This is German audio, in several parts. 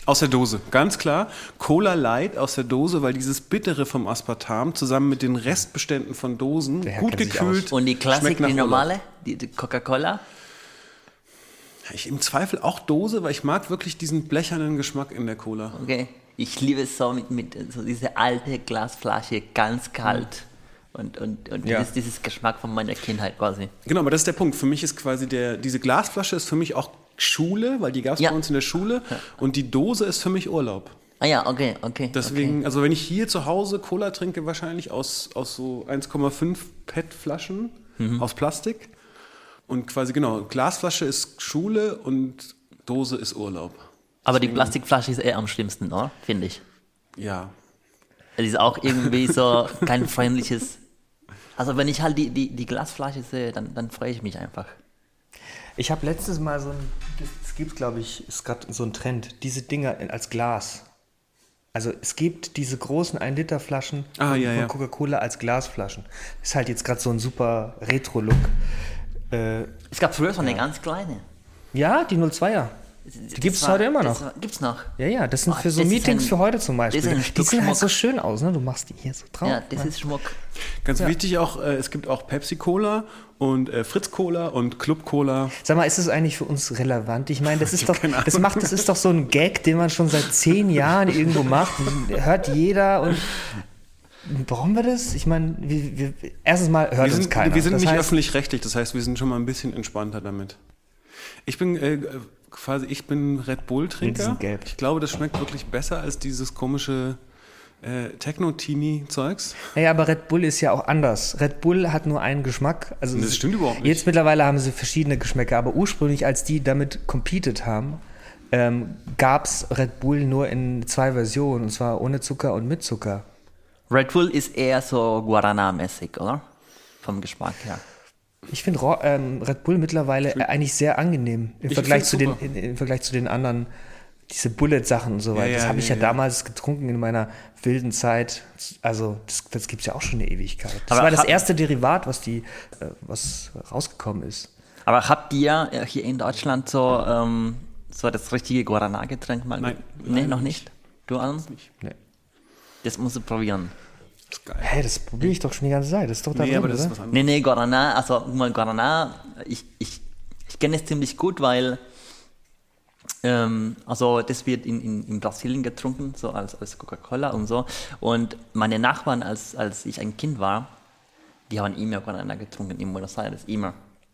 Aus der Dose, ganz klar. Cola Light aus der Dose, weil dieses Bittere vom Aspartam zusammen mit den Restbeständen von Dosen, gut gekühlt. Und die Klassik, die normale, die Coca-Cola? Ich im Zweifel auch Dose, weil ich mag wirklich diesen blechernen Geschmack in der Cola. Okay, ich liebe es so mit so diese alte Glasflasche, ganz kalt. Und dieses Geschmack von meiner Kindheit quasi. Genau, aber das ist der Punkt. Für mich ist quasi diese Glasflasche ist für mich auch Schule, weil die gab es bei uns in der Schule. Ja. Und die Dose ist für mich Urlaub. Ah ja, okay. Deswegen, also wenn ich hier zu Hause Cola trinke, wahrscheinlich aus so 1,5 PET-Flaschen aus Plastik. Und quasi genau, Glasflasche ist Schule und Dose ist Urlaub. Aber die Plastikflasche ist eher am schlimmsten, oder? Finde ich. Ja. Es ist auch irgendwie so kein freundliches... Also wenn ich halt die Glasflasche sehe, dann freue ich mich einfach. Ich habe letztes Mal es gibt, glaube ich, ist gerade so ein Trend, diese Dinger als Glas. Also es gibt diese großen 1-Liter-Flaschen von Coca-Cola als Glasflaschen. Ist halt jetzt gerade so ein super Retro-Look. Es gab früher so eine ganz kleine. Ja, die 02er. Die gibt es heute immer noch. Gibt's noch? Ja, das sind für so Meetings für heute zum Beispiel. Die sehen halt so schön aus, ne? Du machst die hier so drauf. Ja, das ist Schmuck. Ganz wichtig auch, es gibt auch Pepsi-Cola und Fritz-Cola und Club-Cola. Sag mal, ist das eigentlich für uns relevant? Ich meine, das ist doch so ein Gag, den man schon seit 10 Jahren irgendwo macht. Hört jeder und brauchen wir das? Ich meine, erstens mal hört uns keiner. Wir sind nicht öffentlich-rechtlich, das heißt, wir sind schon mal ein bisschen entspannter damit. Ich bin Red Bull-Trinker. Ich glaube, das schmeckt wirklich besser als dieses komische Techno-Teenie-Zeugs. Naja, aber Red Bull ist ja auch anders. Red Bull hat nur einen Geschmack. Also das stimmt überhaupt nicht. Jetzt mittlerweile haben sie verschiedene Geschmäcker, aber ursprünglich, als die damit competed haben, gab es Red Bull nur in 2 Versionen, und zwar ohne Zucker und mit Zucker. Red Bull ist eher so Guaraná-mäßig, oder? Vom Geschmack her. Ich finde Red Bull mittlerweile eigentlich sehr angenehm im Vergleich zu den anderen, diese Bullet-Sachen und so weiter. Das habe ich ja damals getrunken in meiner wilden Zeit. Also das gibt es ja auch schon eine Ewigkeit. Das war das erste Derivat, was rausgekommen ist. Aber habt ihr hier in Deutschland so das richtige Guaraná-Getränk mal? Nein, noch nicht. Du, Alan? Nee. Das musst du probieren. Das ist geil. Hey, das probiere ich doch schon die ganze Zeit. Das ist doch da drin, aber das oder? ist was anderes. Nee, Guaraná, also Guaraná, ich kenne es ziemlich gut, weil also das wird in Brasilien getrunken, so als Coca-Cola und so. Und meine Nachbarn, als ich ein Kind war, die haben immer Guaraná getrunken, in Buenos Aires, immer.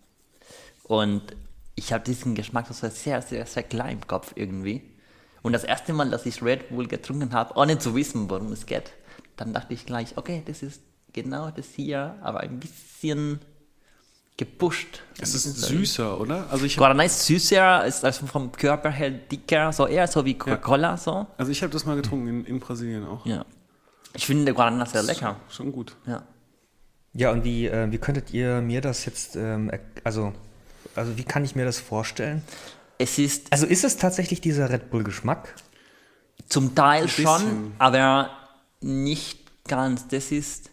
Und ich habe diesen Geschmack so sehr, sehr, sehr klar im Kopf irgendwie. Und das erste Mal, dass ich Red Bull getrunken habe, ohne zu wissen, worum es geht, dann dachte ich gleich, okay, das ist genau das hier, aber ein bisschen gepusht. Es ist süßer, oder? Also Guaraná ist süßer, ist also vom Körper her dicker, so eher so wie Coca-Cola. Ja. So. Also ich habe das mal getrunken, in Brasilien auch. Ja. Ich finde Guaraná sehr lecker. Schon gut. Ja, und wie könntet ihr mir das jetzt, also wie kann ich mir das vorstellen? Ist es tatsächlich dieser Red Bull-Geschmack? Zum Teil schon, aber nicht ganz. Das ist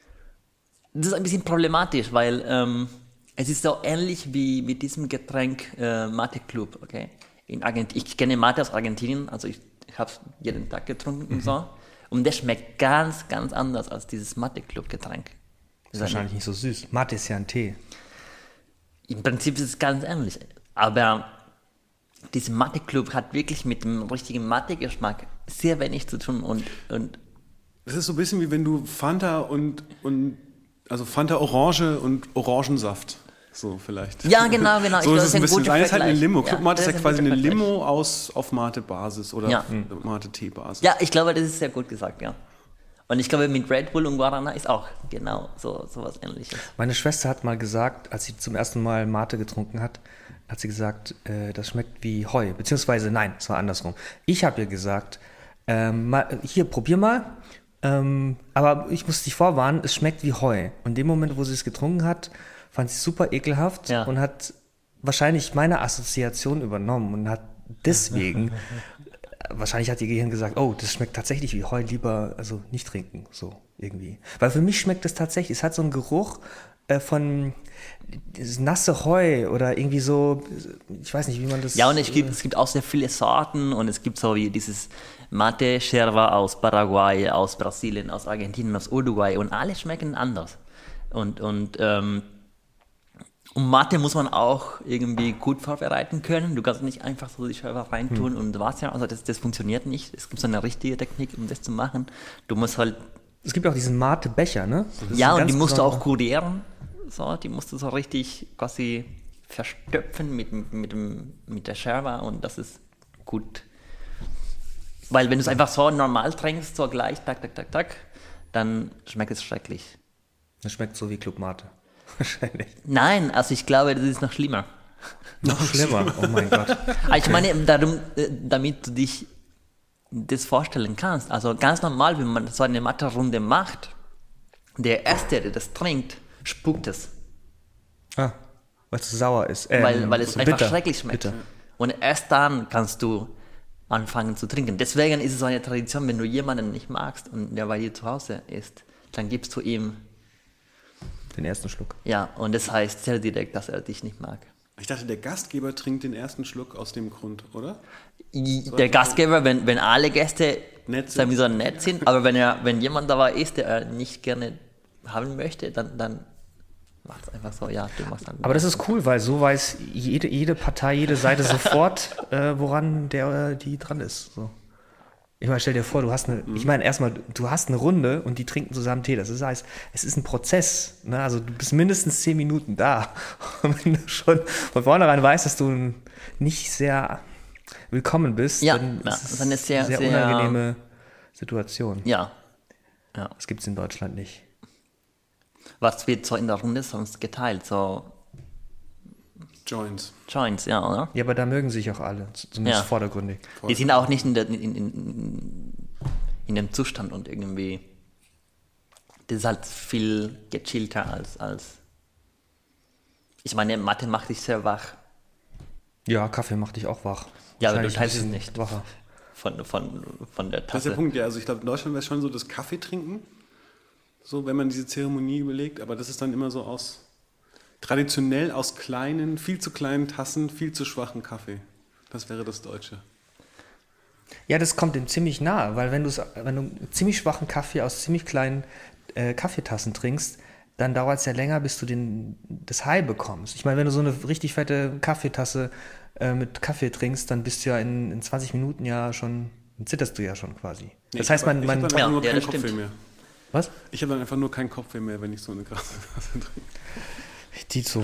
ein bisschen problematisch, weil es ist so ähnlich wie mit diesem Getränk Mate Club, okay? Ich kenne Mate aus Argentinien, also ich habe es jeden Tag getrunken und so. Und das schmeckt ganz, ganz anders als dieses Mate Club Getränk. Ist wahrscheinlich nicht so süß. Mate ist ja ein Tee. Im Prinzip ist es ganz ähnlich, aber dieser Mate Club hat wirklich mit dem richtigen Mate-Geschmack sehr wenig zu tun und das ist so ein bisschen wie wenn du Fanta also Fanta Orange und Orangensaft, so vielleicht. Ja, genau. So ist es ein bisschen. Das eine ist halt eine Limo. Ja, Club Mate ist ja quasi eine Limo auf Mate-Basis oder Mate-Tee-Basis. Ja, ich glaube, das ist sehr gut gesagt, ja. Und ich glaube, mit Red Bull und Guaraná ist auch genau so was Ähnliches. Meine Schwester hat mal gesagt, als sie zum ersten Mal Mate getrunken hat sie gesagt, das schmeckt wie Heu. Beziehungsweise, nein, es war andersrum. Ich habe ihr gesagt, hier, probier mal. Aber ich muss dich vorwarnen, es schmeckt wie Heu. Und in dem Moment, wo sie es getrunken hat, fand sie es super ekelhaft und hat wahrscheinlich meine Assoziation übernommen und hat deswegen, wahrscheinlich hat ihr Gehirn gesagt, oh, das schmeckt tatsächlich wie Heu, lieber also nicht trinken, so irgendwie. Weil für mich schmeckt es tatsächlich, es hat so einen Geruch, von dieses nasse Heu oder irgendwie so, ich weiß nicht, wie man das... Ja, und es gibt auch sehr viele Sorten und es gibt so wie dieses Mate Yerba aus Paraguay, aus Brasilien, aus Argentinien, aus Uruguay und alle schmecken anders. Und Mate muss man auch irgendwie gut vorbereiten können. Du kannst nicht einfach so die Scheibe reintun und Wasser, also das funktioniert nicht. Es gibt so eine richtige Technik, um das zu machen. Du musst halt... Es gibt auch diesen Mate-Becher, ne? Ja, und die musst du auch kurieren. So, die musst du so richtig quasi verstöpfen mit der Scherbe und das ist gut. Weil wenn du es einfach so normal trinkst, so gleich, tak, dann schmeckt es schrecklich. Das schmeckt so wie Club Mate. Wahrscheinlich. Nein, also ich glaube, das ist noch schlimmer. Noch schlimmer, oh mein Gott. Ich meine, damit du dich das vorstellen kannst, also ganz normal, wenn man so eine Mate-Runde macht, der Erste, der das trinkt, spuckt es. Ah, weil es sauer ist. Weil es so einfach bitter. schrecklich schmeckt. Bitter. Und erst dann kannst du anfangen zu trinken. Deswegen ist es so eine Tradition, wenn du jemanden nicht magst und der bei dir zu Hause ist, dann gibst du ihm, Den ersten Schluck. ja, und das heißt sehr direkt, dass er dich nicht mag. Ich dachte, der Gastgeber trinkt den ersten Schluck aus dem Grund, oder? Der Gastgeber, wenn alle Gäste Nett sind. sagen wir so nett sind, aber wenn jemand dabei ist, der er nicht gerne haben möchte, dann macht es einfach so, ja, du machst dann. Aber das ist cool, weil so weiß jede Partei, jede Seite sofort, woran der oder die dran ist. So. Ich meine, stell dir vor, du hast du hast eine Runde und die trinken zusammen Tee. Das heißt, es ist ein Prozess. Ne? Also du bist mindestens 10 Minuten da. Und wenn du schon von vornherein weißt, dass du nicht sehr willkommen bist, Ja, dann ja, ist es dann ist sehr, sehr sehr unangenehme Situation. Ja. Das gibt es in Deutschland nicht. Was wird so in der Runde sonst geteilt? So Joints. Joints, ja, oder? Ja, aber da mögen sich auch alle, zumindest Ja. vordergründig. Die sind auch nicht in dem Zustand und irgendwie. Das ist halt viel gechillter als. Ich meine, Mathe macht dich sehr wach. Ja, Kaffee macht dich auch wach. Ja, aber du Wahrscheinlich ein teilst es bisschen nicht. Wacher. Von der Das ist Tasse. der Punkt, ja. Also ich glaube, in Deutschland wäre es schon so das Kaffee trinken, so wenn man diese Zeremonie überlegt, aber das ist dann immer so traditionell aus kleinen, viel zu kleinen Tassen, viel zu schwachen Kaffee. Das wäre das Deutsche. Ja, das kommt dem ziemlich nahe, weil wenn du einen ziemlich schwachen Kaffee aus ziemlich kleinen Kaffeetassen trinkst, dann dauert es ja länger, bis du das High bekommst. Ich meine, wenn du so eine richtig fette Kaffeetasse mit Kaffee trinkst, dann bist du ja in 20 Minuten ja schon, dann zitterst du ja schon quasi. Das heißt, ich habe dann einfach Ja, nur ja, keinen das Kopfweh stimmt. mehr. Was? Ich habe dann einfach nur keinen Kopfweh mehr, wenn ich so eine krasse Tasse trinke. Die so.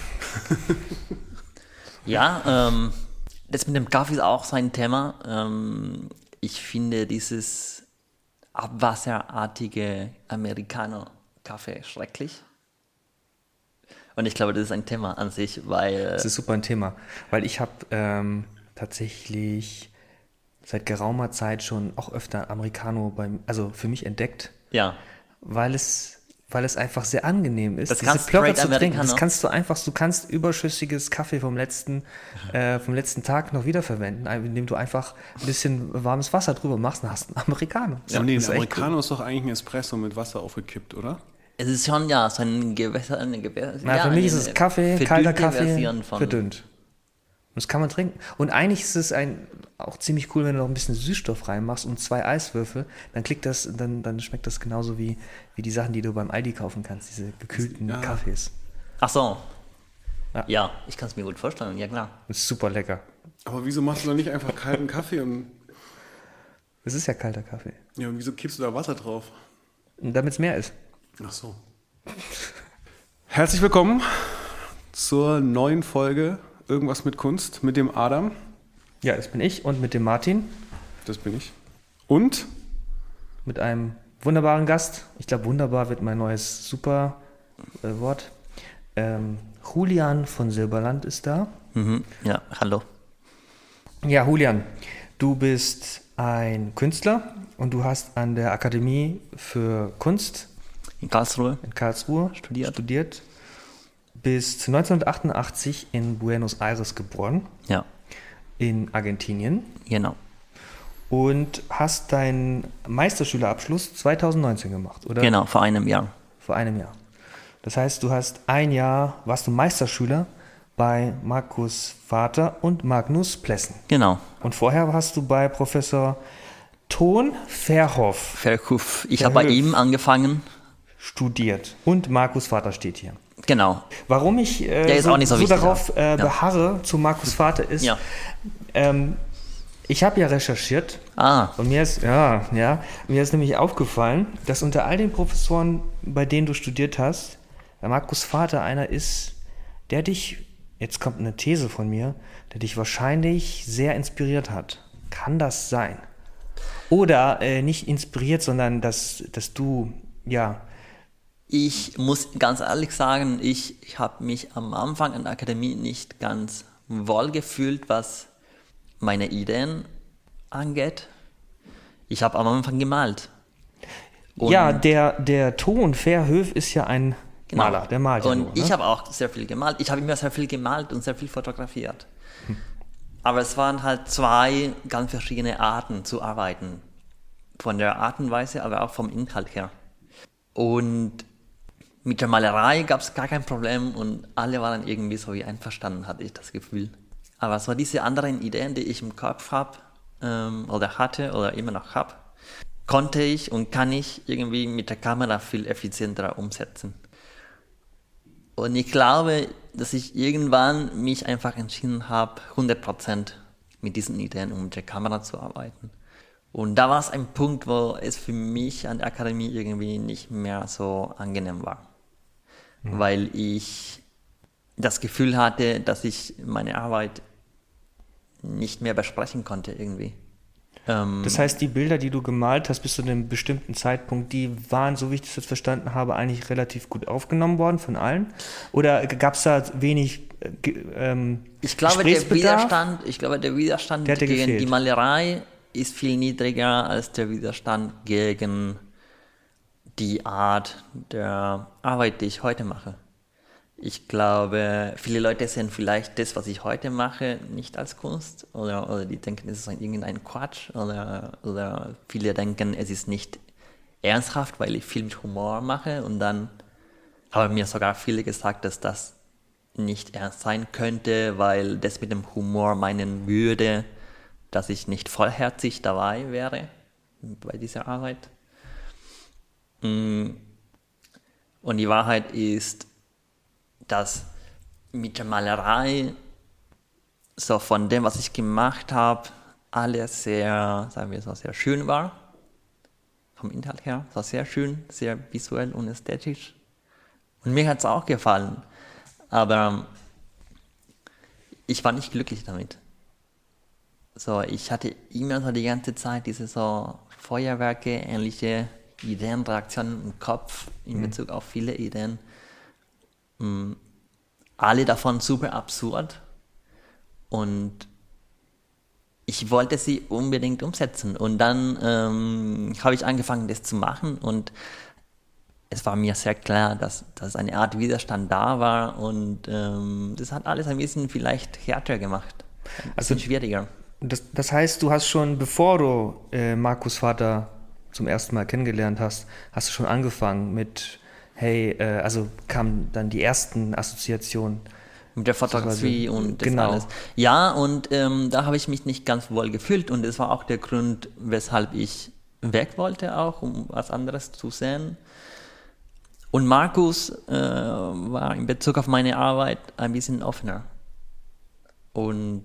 Ja, das mit dem Kaffee ist auch so ein Thema. Ich finde dieses abwasserartige Americano-Kaffee schrecklich. Und ich glaube, das ist ein Thema an sich, weil... Das ist super ein Thema, weil ich habe tatsächlich seit geraumer Zeit schon auch öfter Americano also für mich entdeckt, Ja, weil es einfach sehr angenehm ist, Das diese kannst Plörre straight zu trinken. Americano. Das kannst du kannst überschüssiges Kaffee vom letzten Tag noch wiederverwenden, indem du einfach ein bisschen warmes Wasser drüber machst und hast einen Americano. Ja, nee, Das ein ist echt Americano ist doch eigentlich ein Espresso mit Wasser aufgekippt, oder? es ist schon ja so ein Gewässer. Na, für mich ist es Kaffee, kalter Kaffee, Version von, verdünnt. Und das kann man trinken. Und eigentlich ist es auch ziemlich cool, wenn du noch ein bisschen Süßstoff reinmachst und 2 Eiswürfel, dann schmeckt das genauso wie die Sachen, die du beim Aldi kaufen kannst, diese gekühlten Ja. Kaffees. Ach so. Ja. Ja, ich kann es mir gut vorstellen, ja klar. Das ist super lecker. Aber wieso machst du da nicht einfach kalten Kaffee und Das ist ja kalter Kaffee. ja, und wieso kippst du da Wasser drauf? Damit es mehr ist. Ach so. Herzlich willkommen zur neuen Folge Irgendwas mit Kunst mit dem Adam. Ja, das bin ich und mit dem Martin, Das bin ich. Und mit einem wunderbaren Gast. Ich glaube, wunderbar wird mein neues super Wort. Julian von Silberland ist da. Mhm. Ja, hallo. Ja, Julian, du bist ein Künstler und du hast an der Akademie für Kunst In Karlsruhe. in Karlsruhe Studiert. Bist 1988 in Buenos Aires geboren, Ja, in Argentinien, genau. und hast deinen Meisterschülerabschluss 2019 gemacht, oder? Genau, vor einem Jahr. Vor einem Jahr. Das heißt, du hast ein Jahr, warst du Meisterschüler bei Markus Vater und Magnus Plessen. Genau. Und vorher warst du bei Professor Ton Verhoff Ich habe bei ihm angefangen. Studiert. Und Markus Vater steht hier. Genau. Warum ich ist auch nicht so wichtig, darauf beharre zu Markus Vater ist, ich habe ja recherchiert und mir ist nämlich aufgefallen, dass unter all den Professoren, bei denen du studiert hast, der Markus Vater einer ist, der dich, jetzt kommt eine These von mir, der dich wahrscheinlich sehr inspiriert hat. Kann das sein? Oder nicht inspiriert, sondern dass du, Ich muss ganz ehrlich sagen, ich habe mich am Anfang an der Akademie nicht ganz wohl gefühlt, was meine Ideen angeht. Ich habe am Anfang gemalt. Und der Ton Verhoef ist ja ein Maler, der malt ja und nur, ne? Ich habe auch sehr viel gemalt. Ich habe immer sehr viel gemalt und sehr viel fotografiert. Aber es waren halt zwei ganz verschiedene Arten zu arbeiten. Von der Art und Weise, aber auch vom Inhalt her. Und mit der Malerei gab es gar kein Problem und alle waren irgendwie so wie einverstanden, hatte ich das Gefühl. Aber so diese anderen Ideen, die ich im Kopf habe oder hatte oder immer noch habe, konnte ich und kann ich irgendwie mit der Kamera viel effizienter umsetzen. Und ich glaube, dass ich irgendwann mich einfach entschieden habe, 100% mit diesen Ideen und mit der Kamera zu arbeiten. Und da war es ein Punkt, wo es für mich an der Akademie irgendwie nicht mehr so angenehm war. Weil ich das Gefühl hatte, dass ich meine Arbeit nicht mehr besprechen konnte irgendwie. Das heißt, die Bilder, die du gemalt hast bis zu einem bestimmten Zeitpunkt, die waren, so wie ich das jetzt verstanden habe, eigentlich relativ gut aufgenommen worden von allen? Oder gab es da wenig Ich glaube, der Widerstand gegen gefehlt. Die Malerei ist viel niedriger als der Widerstand gegen die Art der Arbeit, die ich heute mache. Ich glaube, viele Leute sehen vielleicht das, was ich heute mache, nicht als Kunst oder die denken, es ist irgendein Quatsch oder viele denken, es ist nicht ernsthaft, weil ich viel mit Humor mache und dann haben mir sogar viele gesagt, dass das nicht ernst sein könnte, weil das mit dem Humor meinen würde, dass ich nicht vollherzig dabei wäre bei dieser Arbeit. Und die Wahrheit ist, dass mit der Malerei, so von dem, was ich gemacht habe, alles sehr, sagen wir so, sehr schön war. Vom Inhalt her, es war sehr schön, sehr visuell und ästhetisch. Und mir hat es auch gefallen. Aber ich war nicht glücklich damit. So, ich hatte immer so die ganze Zeit diese so Feuerwerke, ähnliche Ideenreaktionen im Kopf in Bezug auf viele Ideen. Alle davon super absurd. Und ich wollte sie unbedingt umsetzen. Und dann habe ich angefangen, das zu machen. Und es war mir sehr klar, dass eine Art Widerstand da war. Und das hat alles ein bisschen vielleicht härter gemacht. Ein bisschen schwieriger. Das heißt, du hast schon, bevor du Markus Vater zum ersten Mal kennengelernt hast, hast du schon angefangen mit, also kamen dann die ersten Assoziationen. Mit der Fotografie und das alles. Ja, und da habe ich mich nicht ganz wohl gefühlt und das war auch der Grund, weshalb ich weg wollte auch, um was anderes zu sehen. Und Markus war in Bezug auf meine Arbeit ein bisschen offener. Und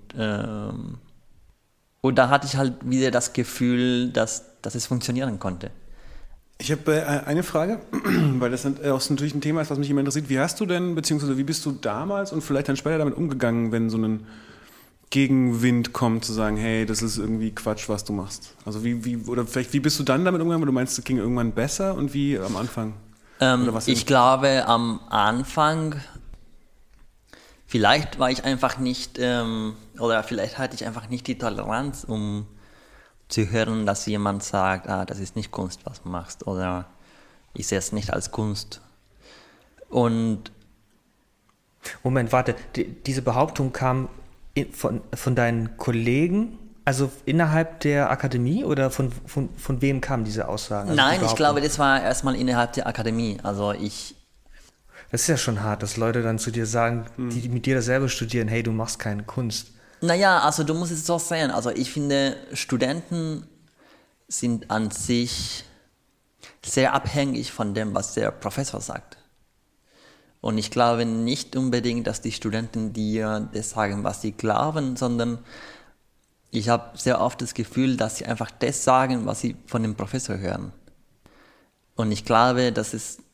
da hatte ich halt wieder das Gefühl, dass es funktionieren konnte. Ich habe eine Frage, weil das natürlich ein Thema ist, was mich immer interessiert. Wie hast du denn, beziehungsweise wie bist du damals und vielleicht dann später damit umgegangen, wenn so ein Gegenwind kommt, zu sagen, hey, das ist irgendwie Quatsch, was du machst? Also wie bist du dann damit umgegangen, weil du meinst, es ging irgendwann besser und wie am Anfang? Ich glaube, am Anfang, vielleicht war ich einfach nicht, oder vielleicht hatte ich einfach nicht die Toleranz, um zu hören, dass jemand sagt, das ist nicht Kunst, was du machst, oder ich sehe es nicht als Kunst. Und Moment, warte, diese Behauptung kam von deinen Kollegen, also innerhalb der Akademie, oder von wem kamen diese Aussagen? Also nein, ich glaube, das war erstmal innerhalb der Akademie. Also Das ist ja schon hart, dass Leute dann zu dir sagen, die mit dir dasselbe studieren, hey, du machst keine Kunst. Naja, also du musst es so sehen. Also ich finde, Studenten sind an sich sehr abhängig von dem, was der Professor sagt. Und ich glaube nicht unbedingt, dass die Studenten dir das sagen, was sie glauben, sondern ich habe sehr oft das Gefühl, dass sie einfach das sagen, was sie von dem Professor hören. Und ich glaube, dass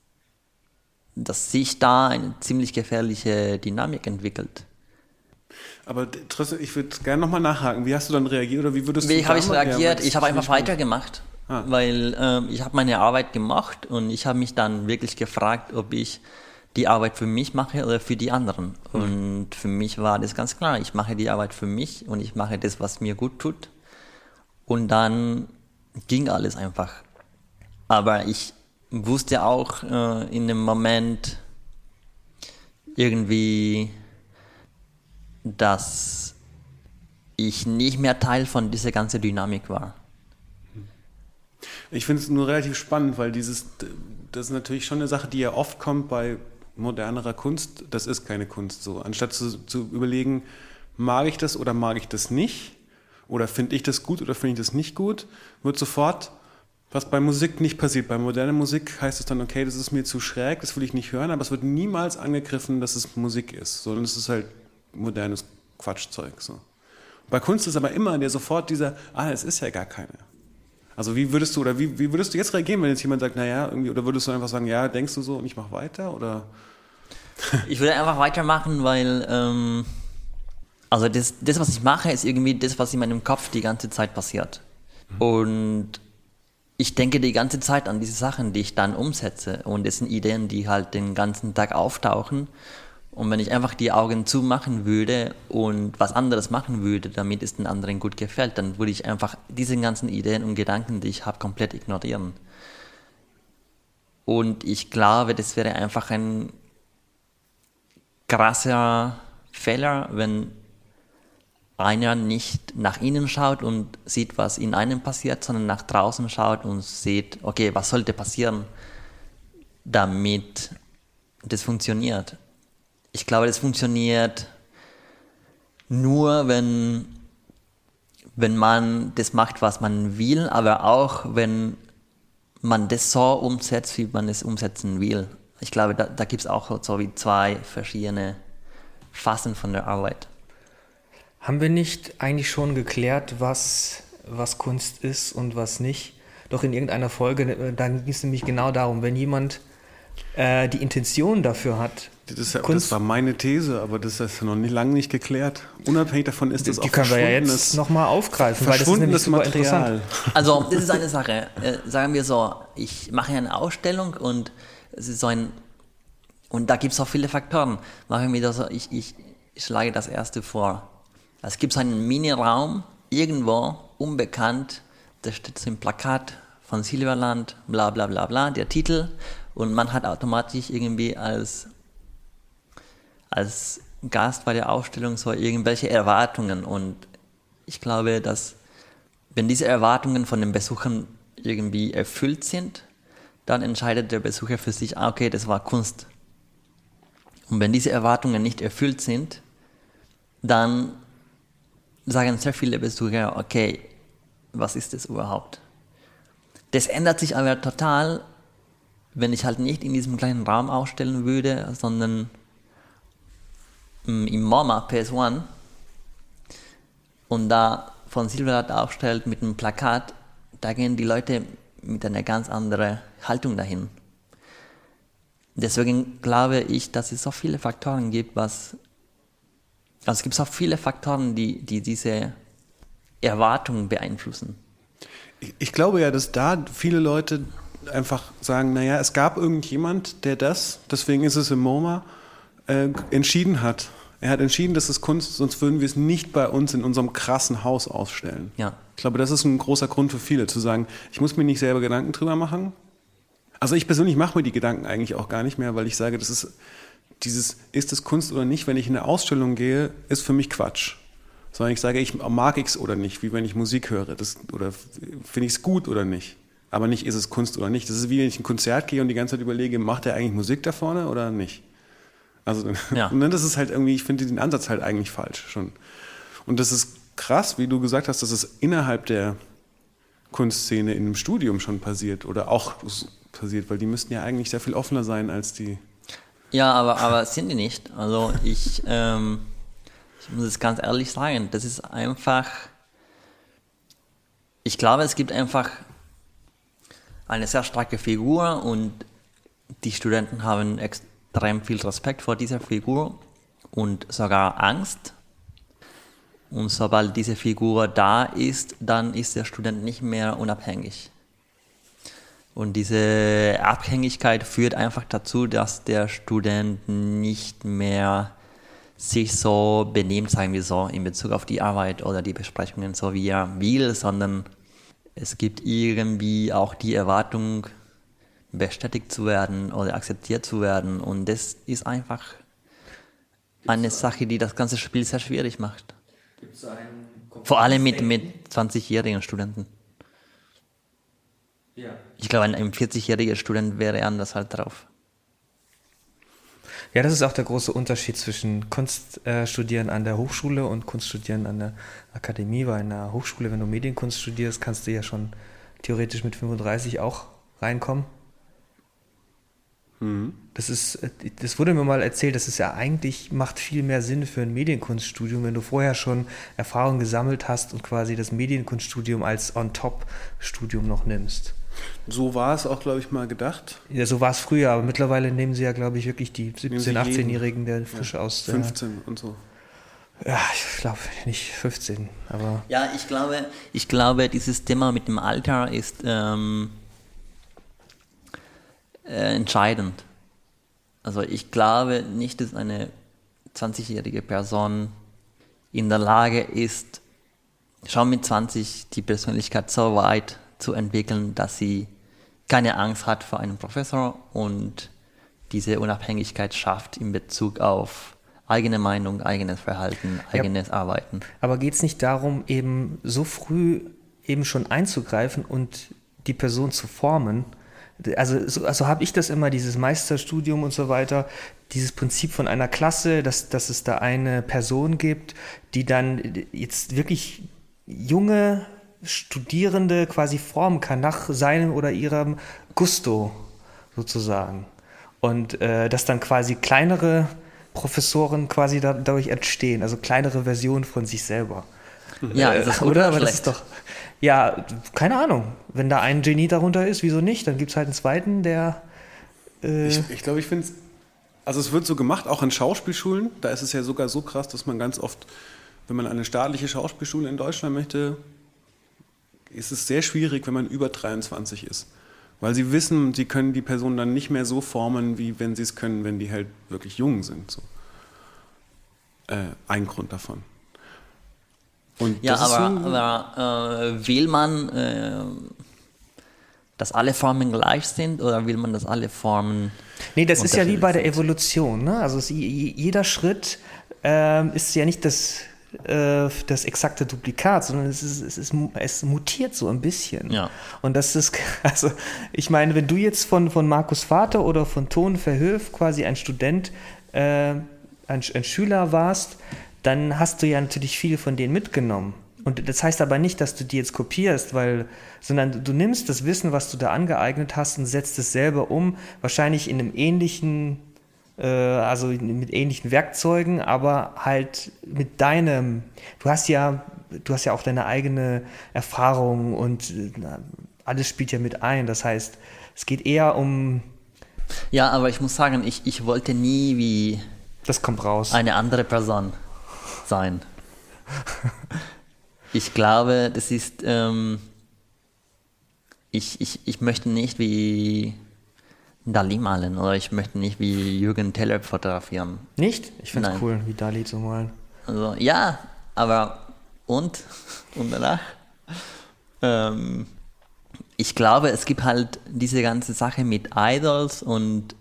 sich da eine ziemlich gefährliche Dynamik entwickelt. Aber trotzdem, ich würde gerne nochmal nachhaken. Wie hast du dann reagiert oder wie würdest du Wie habe ich reagiert? Ja, ich habe einfach weitergemacht, weil ich habe meine Arbeit gemacht und ich habe mich dann wirklich gefragt, ob ich die Arbeit für mich mache oder für die anderen. Und für mich war das ganz klar, ich mache die Arbeit für mich und ich mache das, was mir gut tut. Und dann ging alles einfach. Aber ich wusste auch in dem Moment irgendwie, dass ich nicht mehr Teil von dieser ganzen Dynamik war. Ich finde es nur relativ spannend, weil das ist natürlich schon eine Sache, die ja oft kommt bei modernerer Kunst. Das ist keine Kunst so. Anstatt zu überlegen, mag ich das oder mag ich das nicht? Oder finde ich das gut oder finde ich das nicht gut? Wird sofort, was bei Musik nicht passiert. Bei moderner Musik heißt es dann, okay, das ist mir zu schräg, das will ich nicht hören, aber es wird niemals angegriffen, dass es Musik ist, sondern es ist halt modernes Quatschzeug. So. Bei Kunst ist aber immer sofort dieser, es ist ja gar keine. Also wie würdest du jetzt reagieren, wenn jetzt jemand sagt, naja, irgendwie, oder würdest du einfach sagen, ja, denkst du so und ich mache weiter, oder? Ich würde einfach weitermachen, weil, also das, was ich mache, ist irgendwie das, was in meinem Kopf die ganze Zeit passiert. Und ich denke die ganze Zeit an diese Sachen, die ich dann umsetze. Und das sind Ideen, die halt den ganzen Tag auftauchen. Und wenn ich einfach die Augen zumachen würde und was anderes machen würde, damit es den anderen gut gefällt, dann würde ich einfach diese ganzen Ideen und Gedanken, die ich habe, komplett ignorieren. Und ich glaube, das wäre einfach ein krasser Fehler, wenn einer nicht nach innen schaut und sieht, was in einem passiert, sondern nach draußen schaut und sieht, okay, was sollte passieren, damit das funktioniert. Ich glaube, das funktioniert nur, wenn man das macht, was man will, aber auch, wenn man das so umsetzt, wie man es umsetzen will. Ich glaube, da gibt es auch so wie zwei verschiedene Phasen von der Arbeit. Haben wir nicht eigentlich schon geklärt, was Kunst ist und was nicht? Doch in irgendeiner Folge, da ging es nämlich genau darum, wenn jemand die Intention dafür hat. Das war meine These, aber das ist noch lange nicht geklärt. Unabhängig davon ist das auch die können wir ja jetzt nochmal aufgreifen, weil das ist nämlich super interessant. Also das ist eine Sache. Sagen wir so, ich mache eine Ausstellung und es ist und da gibt es auch viele Faktoren. Machen wir das so, ich schlage das erste vor. Es gibt so einen Mini-Raum, irgendwo, unbekannt, da steht so ein Plakat von Silberland, bla bla bla bla, der Titel, und man hat automatisch irgendwie als Gast bei der Ausstellung so irgendwelche Erwartungen, und ich glaube, dass wenn diese Erwartungen von den Besuchern irgendwie erfüllt sind, dann entscheidet der Besucher für sich, okay, das war Kunst. Und wenn diese Erwartungen nicht erfüllt sind, dann sagen sehr viele Besucher, okay, was ist das überhaupt? Das ändert sich aber total, wenn ich halt nicht in diesem kleinen Raum ausstellen würde, sondern im MoMA PS1 und da von Silberland aufstellt mit einem Plakat, da gehen die Leute mit einer ganz anderen Haltung dahin. Deswegen glaube ich, dass es so viele Faktoren gibt, es gibt so viele Faktoren, die diese Erwartungen beeinflussen. Ich glaube ja, dass da viele Leute einfach sagen, naja, es gab irgendjemand, der deswegen ist es im MoMA, entschieden hat. Er hat entschieden, dass es Kunst ist, sonst würden wir es nicht bei uns in unserem krassen Haus ausstellen. Ja. Ich glaube, das ist ein großer Grund für viele, zu sagen, ich muss mir nicht selber Gedanken drüber machen. Also ich persönlich mache mir die Gedanken eigentlich auch gar nicht mehr, weil ich sage, das ist ist es Kunst oder nicht, wenn ich in eine Ausstellung gehe, ist für mich Quatsch. Sondern ich sage, mag ich es oder nicht, wie wenn ich Musik höre. Oder finde ich es gut oder nicht. Aber nicht, ist es Kunst oder nicht. Das ist wie wenn ich in ein Konzert gehe und die ganze Zeit überlege, macht er eigentlich Musik da vorne oder nicht? Also Ja. und das ist halt irgendwie, ich finde den Ansatz halt eigentlich falsch schon. Und das ist krass, wie du gesagt hast, dass es innerhalb der Kunstszene in einem Studium schon passiert oder auch passiert, weil die müssten ja eigentlich sehr viel offener sein als die. Ja, aber sind die nicht. Also ich muss es ganz ehrlich sagen, das ist einfach, ich glaube, es gibt einfach eine sehr starke Figur und die Studenten haben extrem viel Respekt vor dieser Figur und sogar Angst. Und sobald diese Figur da ist, dann ist der Student nicht mehr unabhängig. Und diese Abhängigkeit führt einfach dazu, dass der Student nicht mehr sich so benimmt, sagen wir so, in Bezug auf die Arbeit oder die Besprechungen, so wie er will, sondern es gibt irgendwie auch die Erwartung, bestätigt zu werden oder akzeptiert zu werden. Und das ist einfach eine Sache, die das ganze Spiel sehr schwierig macht. Vor allem mit 20-jährigen Studenten. Ja. Ich glaube, ein 40-jähriger Student wäre anders halt drauf. Ja, das ist auch der große Unterschied zwischen Kunststudieren an der Hochschule und Kunststudieren an der Akademie, weil in der Hochschule, wenn du Medienkunst studierst, kannst du ja schon theoretisch mit 35 auch reinkommen. Das wurde mir mal erzählt, das ist ja eigentlich, macht viel mehr Sinn für ein Medienkunststudium, wenn du vorher schon Erfahrung gesammelt hast und quasi das Medienkunststudium als On-Top-Studium noch nimmst. So war es auch, glaube ich, mal gedacht. Ja, so war es früher, aber mittlerweile nehmen sie ja, glaube ich, wirklich die 17-, sie jeden. 18-Jährigen, der frisch aus der... 15 und so. Ja, ich glaube nicht 15, aber... Ja, ich glaube, dieses Thema mit dem Alter ist entscheidend. Also ich glaube nicht, dass eine 20-jährige Person in der Lage ist, schon mit 20 die Persönlichkeit so weit zu entwickeln, dass sie keine Angst hat vor einem Professor und diese Unabhängigkeit schafft in Bezug auf eigene Meinung, eigenes Verhalten, eigenes Arbeiten. Aber geht es nicht darum, eben so früh eben schon einzugreifen und die Person zu formen? Also habe ich das immer, dieses Meisterstudium und so weiter, dieses Prinzip von einer Klasse, dass es da eine Person gibt, die dann jetzt wirklich junge Studierende quasi formen kann, nach seinem oder ihrem Gusto sozusagen. Und dass dann quasi kleinere Professoren quasi dadurch entstehen, also kleinere Versionen von sich selber. Ja, ist das gut oder? oder Aber das schlecht? ist doch, ja, keine Ahnung. Wenn da ein Genie darunter ist, wieso nicht? Dann gibt es halt einen zweiten, der... Ich glaube, ich finde es, also es wird so gemacht, auch in Schauspielschulen, da ist es ja sogar so krass, dass man ganz oft, wenn man eine staatliche Schauspielschule in Deutschland möchte, ist es sehr schwierig, wenn man über 23 ist. Weil sie wissen, sie können die Person dann nicht mehr so formen, wie wenn sie es können, wenn die halt wirklich jung sind. So. Ein Grund davon. Und Ja, das ist aber will man, dass alle Formen gleich sind oder will man, dass alle Formen Nee, das ist ja wie bei der unterschiedlich Evolution. Ne? Also jeder Schritt ist ja nicht das exakte Duplikat, sondern es mutiert so ein bisschen. Ja. Und das ist, also ich meine, wenn du jetzt von Markus Vater oder von Ton Verhoef quasi ein Student, ein Schüler warst, dann hast du ja natürlich viel von denen mitgenommen. Und das heißt aber nicht, dass du die jetzt kopierst, sondern du nimmst das Wissen, was du da angeeignet hast und setzt es selber um, wahrscheinlich in einem ähnlichen, also mit ähnlichen Werkzeugen, aber halt mit deinem, du hast ja auch deine eigene Erfahrung und alles spielt ja mit ein. Das heißt, es geht eher um... Ja, aber ich muss sagen, ich wollte nie wie Das kommt raus. eine andere Person sein. Ich glaube, das ist, ich möchte nicht wie Dali malen oder ich möchte nicht wie Jürgen Teller fotografieren. Nicht? Ich finde es Nein. cool, wie Dali zu malen. Also ja, aber und danach? Ich glaube, es gibt halt diese ganze Sache mit Idols und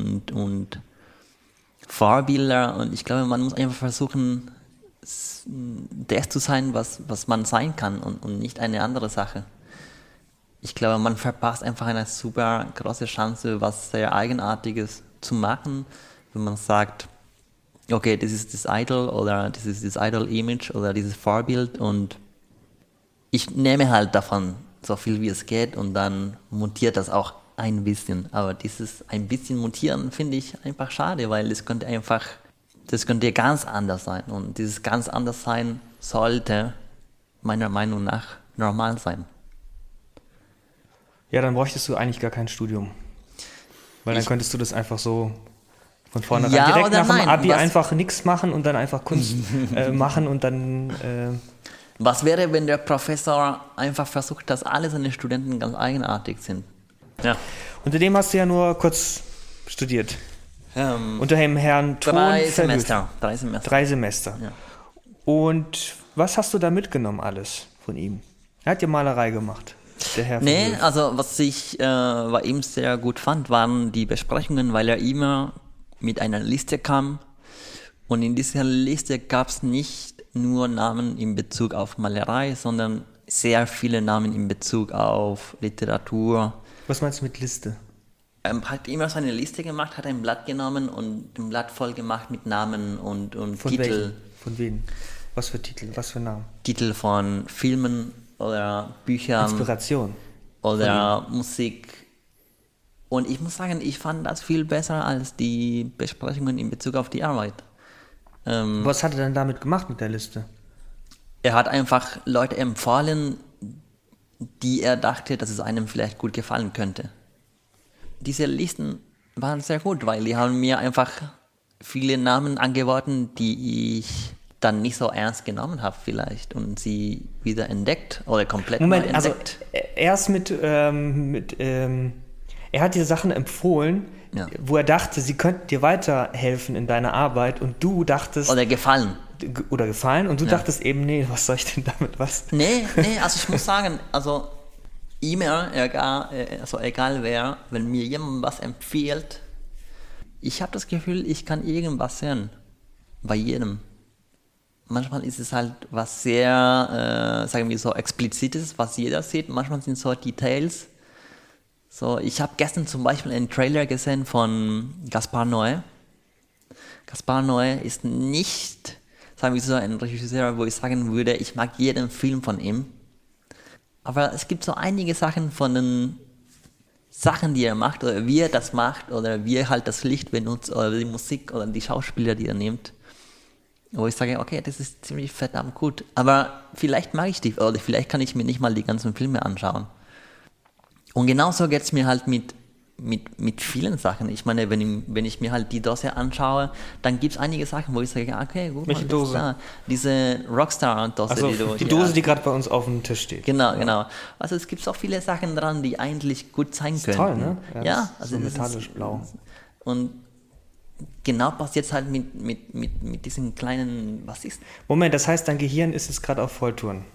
Vorbilder und ich glaube, man muss einfach versuchen, das zu sein, was man sein kann und nicht eine andere Sache. Ich glaube, man verpasst einfach eine super große Chance, was sehr Eigenartiges zu machen, wenn man sagt, okay, das ist das Idol oder das ist das Idol-Image oder dieses Vorbild und ich nehme halt davon so viel wie es geht und dann mutiert das auch ein bisschen. Aber dieses ein bisschen mutieren finde ich einfach schade, weil das könnte ganz anders sein und dieses ganz anders sein sollte meiner Meinung nach normal sein. Ja, dann bräuchtest du eigentlich gar kein Studium. Weil dann könntest du das einfach so von vornherein direkt nach dem Abi einfach nichts machen und dann einfach Kunst machen und dann... Was wäre, wenn der Professor einfach versucht, dass alle seine Studenten ganz eigenartig sind? Ja. Unter dem hast du ja nur kurz studiert. Unter dem Herrn Thon 3 Verlöf. Semester. 3 Semester. Ja. Und was hast du da mitgenommen alles von ihm? Er hat ja Malerei gemacht, der Herr Nee, Verlöf. also was ich bei ihm sehr gut fand, waren die Besprechungen, weil er immer mit einer Liste kam. Und in dieser Liste gab es nicht nur Namen in Bezug auf Malerei, sondern sehr viele Namen in Bezug auf Literatur. Was meinst du mit Liste? Er hat immer so eine Liste gemacht, hat ein Blatt genommen und ein Blatt voll gemacht mit Namen und Von Titel. welchen? Von wem? Was für Titel? Was für Namen? Titel von Filmen oder Büchern Inspiration. oder Musik. Und ich muss sagen, ich fand das viel besser als die Besprechungen in Bezug auf die Arbeit. Was hat er denn damit gemacht mit der Liste? Er hat einfach Leute empfohlen, die er dachte, dass es einem vielleicht gut gefallen könnte. Diese Listen waren sehr gut, weil die haben mir einfach viele Namen angeboten, die ich dann nicht so ernst genommen habe vielleicht und sie wieder entdeckt oder komplett neu Moment, also entdeckt. erst er hat dir Sachen empfohlen, Ja. wo er dachte, sie könnten dir weiterhelfen in deiner Arbeit und du dachtest, Oder gefallen. oder gefallen und du dachtest eben, nee, was soll ich denn damit, was? Nee, also ich muss sagen, also immer, egal wer, wenn mir jemand was empfiehlt, ich habe das Gefühl, ich kann irgendwas sehen. Bei jedem. Manchmal ist es halt was sehr, sagen wir so, Explizites, was jeder sieht. Manchmal sind so Details. So, ich habe gestern zum Beispiel einen Trailer gesehen von Gaspar Noé. Gaspar Noé ist nicht, sagen wir so, ein Regisseur, wo ich sagen würde, ich mag jeden Film von ihm. Aber es gibt so einige Sachen von den Sachen, die er macht, oder wie er das macht, oder wie er halt das Licht benutzt, oder die Musik, oder die Schauspieler, die er nimmt. Wo ich sage, okay, das ist ziemlich verdammt gut. Aber vielleicht mag ich die, oder vielleicht kann ich mir nicht mal die ganzen Filme anschauen. Und genauso geht es mir halt mit vielen Sachen. Ich meine, wenn ich mir halt die Dose anschaue, dann gibt es einige Sachen, wo ich sage, okay, gut, Welche Dose? Klar. Diese Rockstar-Dose, Also die du die hier Dose, hast. die gerade bei uns auf dem Tisch steht. Genau. Also es gibt so viele Sachen dran, die eigentlich gut sein können. Toll, ne? Ja, also so das ist- metallisch blau. Und genau passiert halt mit diesen kleinen, was ist? Moment, das heißt, dein Gehirn ist jetzt gerade auf Volltouren.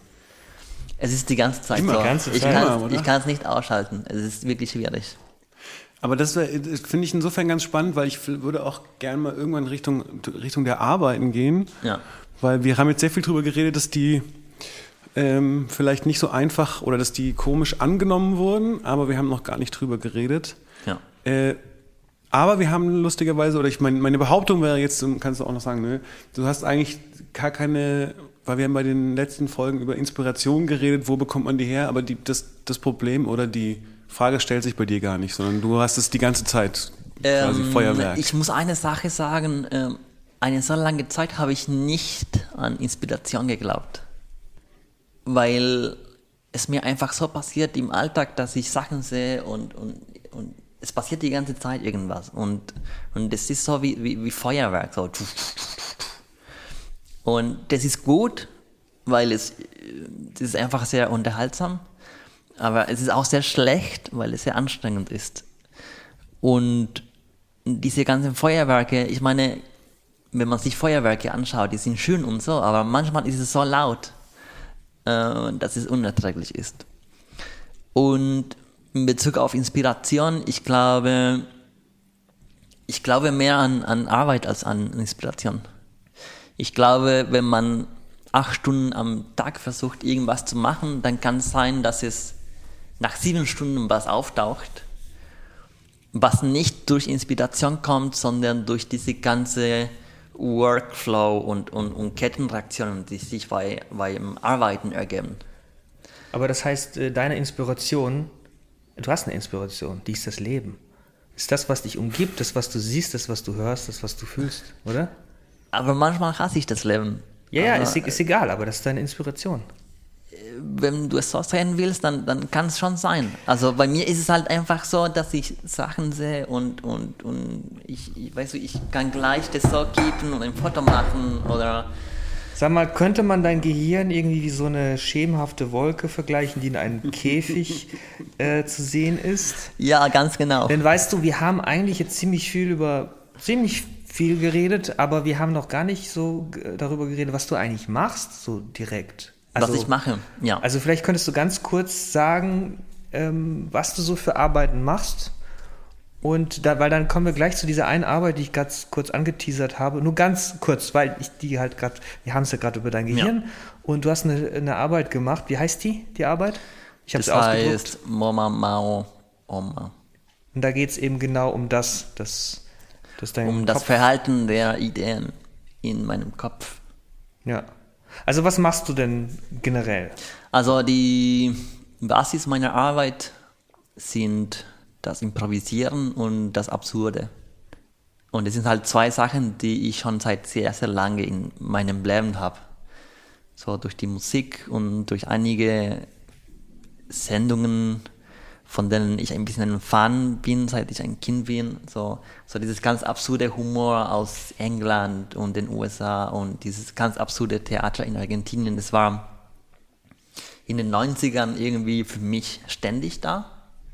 Es ist die ganze Zeit Immer, so. ganze Ich Zeit. Immer, oder? kann es nicht ausschalten. Es ist wirklich schwierig. Aber das finde ich insofern ganz spannend, weil ich würde auch gerne mal irgendwann Richtung der Arbeiten gehen. Ja. Weil wir haben jetzt sehr viel darüber geredet, dass die vielleicht nicht so einfach oder dass die komisch angenommen wurden, aber wir haben noch gar nicht drüber geredet. Ja. Aber wir haben lustigerweise, oder ich meine Behauptung wäre jetzt, kannst du auch noch sagen, ne, du hast eigentlich gar keine, weil wir haben bei den letzten Folgen über Inspiration geredet, wo bekommt man die her, aber das Problem oder die Frage stellt sich bei dir gar nicht, sondern du hast es die ganze Zeit quasi Feuerwerk. Ich muss eine Sache sagen, eine so lange Zeit habe ich nicht an Inspiration geglaubt. Weil es mir einfach so passiert im Alltag, dass ich Sachen sehe und es passiert die ganze Zeit irgendwas. Und es ist so wie Feuerwerk. So. Und das ist gut, weil es ist einfach sehr unterhaltsam. Aber es ist auch sehr schlecht, weil es sehr anstrengend ist. Und diese ganzen Feuerwerke, ich meine, wenn man sich Feuerwerke anschaut, die sind schön und so, aber manchmal ist es so laut, dass es unerträglich ist. Und in Bezug auf Inspiration, ich glaube mehr an Arbeit als an Inspiration. Ich glaube, wenn man 8 Stunden am Tag versucht, irgendwas zu machen, dann kann es sein, dass es nach 7 Stunden was auftaucht, was nicht durch Inspiration kommt, sondern durch diese ganze Workflow und Kettenreaktionen, die sich beim Arbeiten ergeben. Aber das heißt, deine Inspiration, du hast eine Inspiration, die ist das Leben. Ist das, was dich umgibt, das, was du siehst, das, was du hörst, das, was du fühlst, oder? Aber manchmal hasse ich das Leben. Ja, ist egal, aber das ist deine Inspiration. Wenn du es so sehen willst, dann kann es schon sein. Also bei mir ist es halt einfach so, dass ich Sachen sehe und ich kann gleich das so kippen und ein Foto machen oder... Sag mal, könnte man dein Gehirn irgendwie wie so eine schemenhafte Wolke vergleichen, die in einem Käfig zu sehen ist? Ja, ganz genau. Denn weißt du, wir haben eigentlich jetzt ziemlich viel geredet, aber wir haben noch gar nicht so darüber geredet, was du eigentlich machst, so direkt. Was ich mache, ja. Also vielleicht könntest du ganz kurz sagen, was du so für Arbeiten machst. Weil dann kommen wir gleich zu dieser einen Arbeit, die ich ganz kurz angeteasert habe. Nur ganz kurz, weil wir haben es ja gerade über dein Gehirn. Ja. Und du hast eine Arbeit gemacht. Wie heißt die Arbeit? Ich habe es ausgedruckt. Das heißt Moma Mao Oma. Und da geht es eben genau um das Verhalten der Ideen in meinem Kopf. Ja. Also was machst du denn generell? Also die Basis meiner Arbeit sind das Improvisieren und das Absurde. Und es sind halt zwei Sachen, die ich schon seit sehr, sehr lange in meinem Leben habe. So durch die Musik und durch einige Sendungen, von denen ich ein bisschen ein Fan bin, seit ich ein Kind bin. So dieses ganz absurde Humor aus England und den USA und dieses ganz absurde Theater in Argentinien, das war in den 90ern irgendwie für mich ständig da.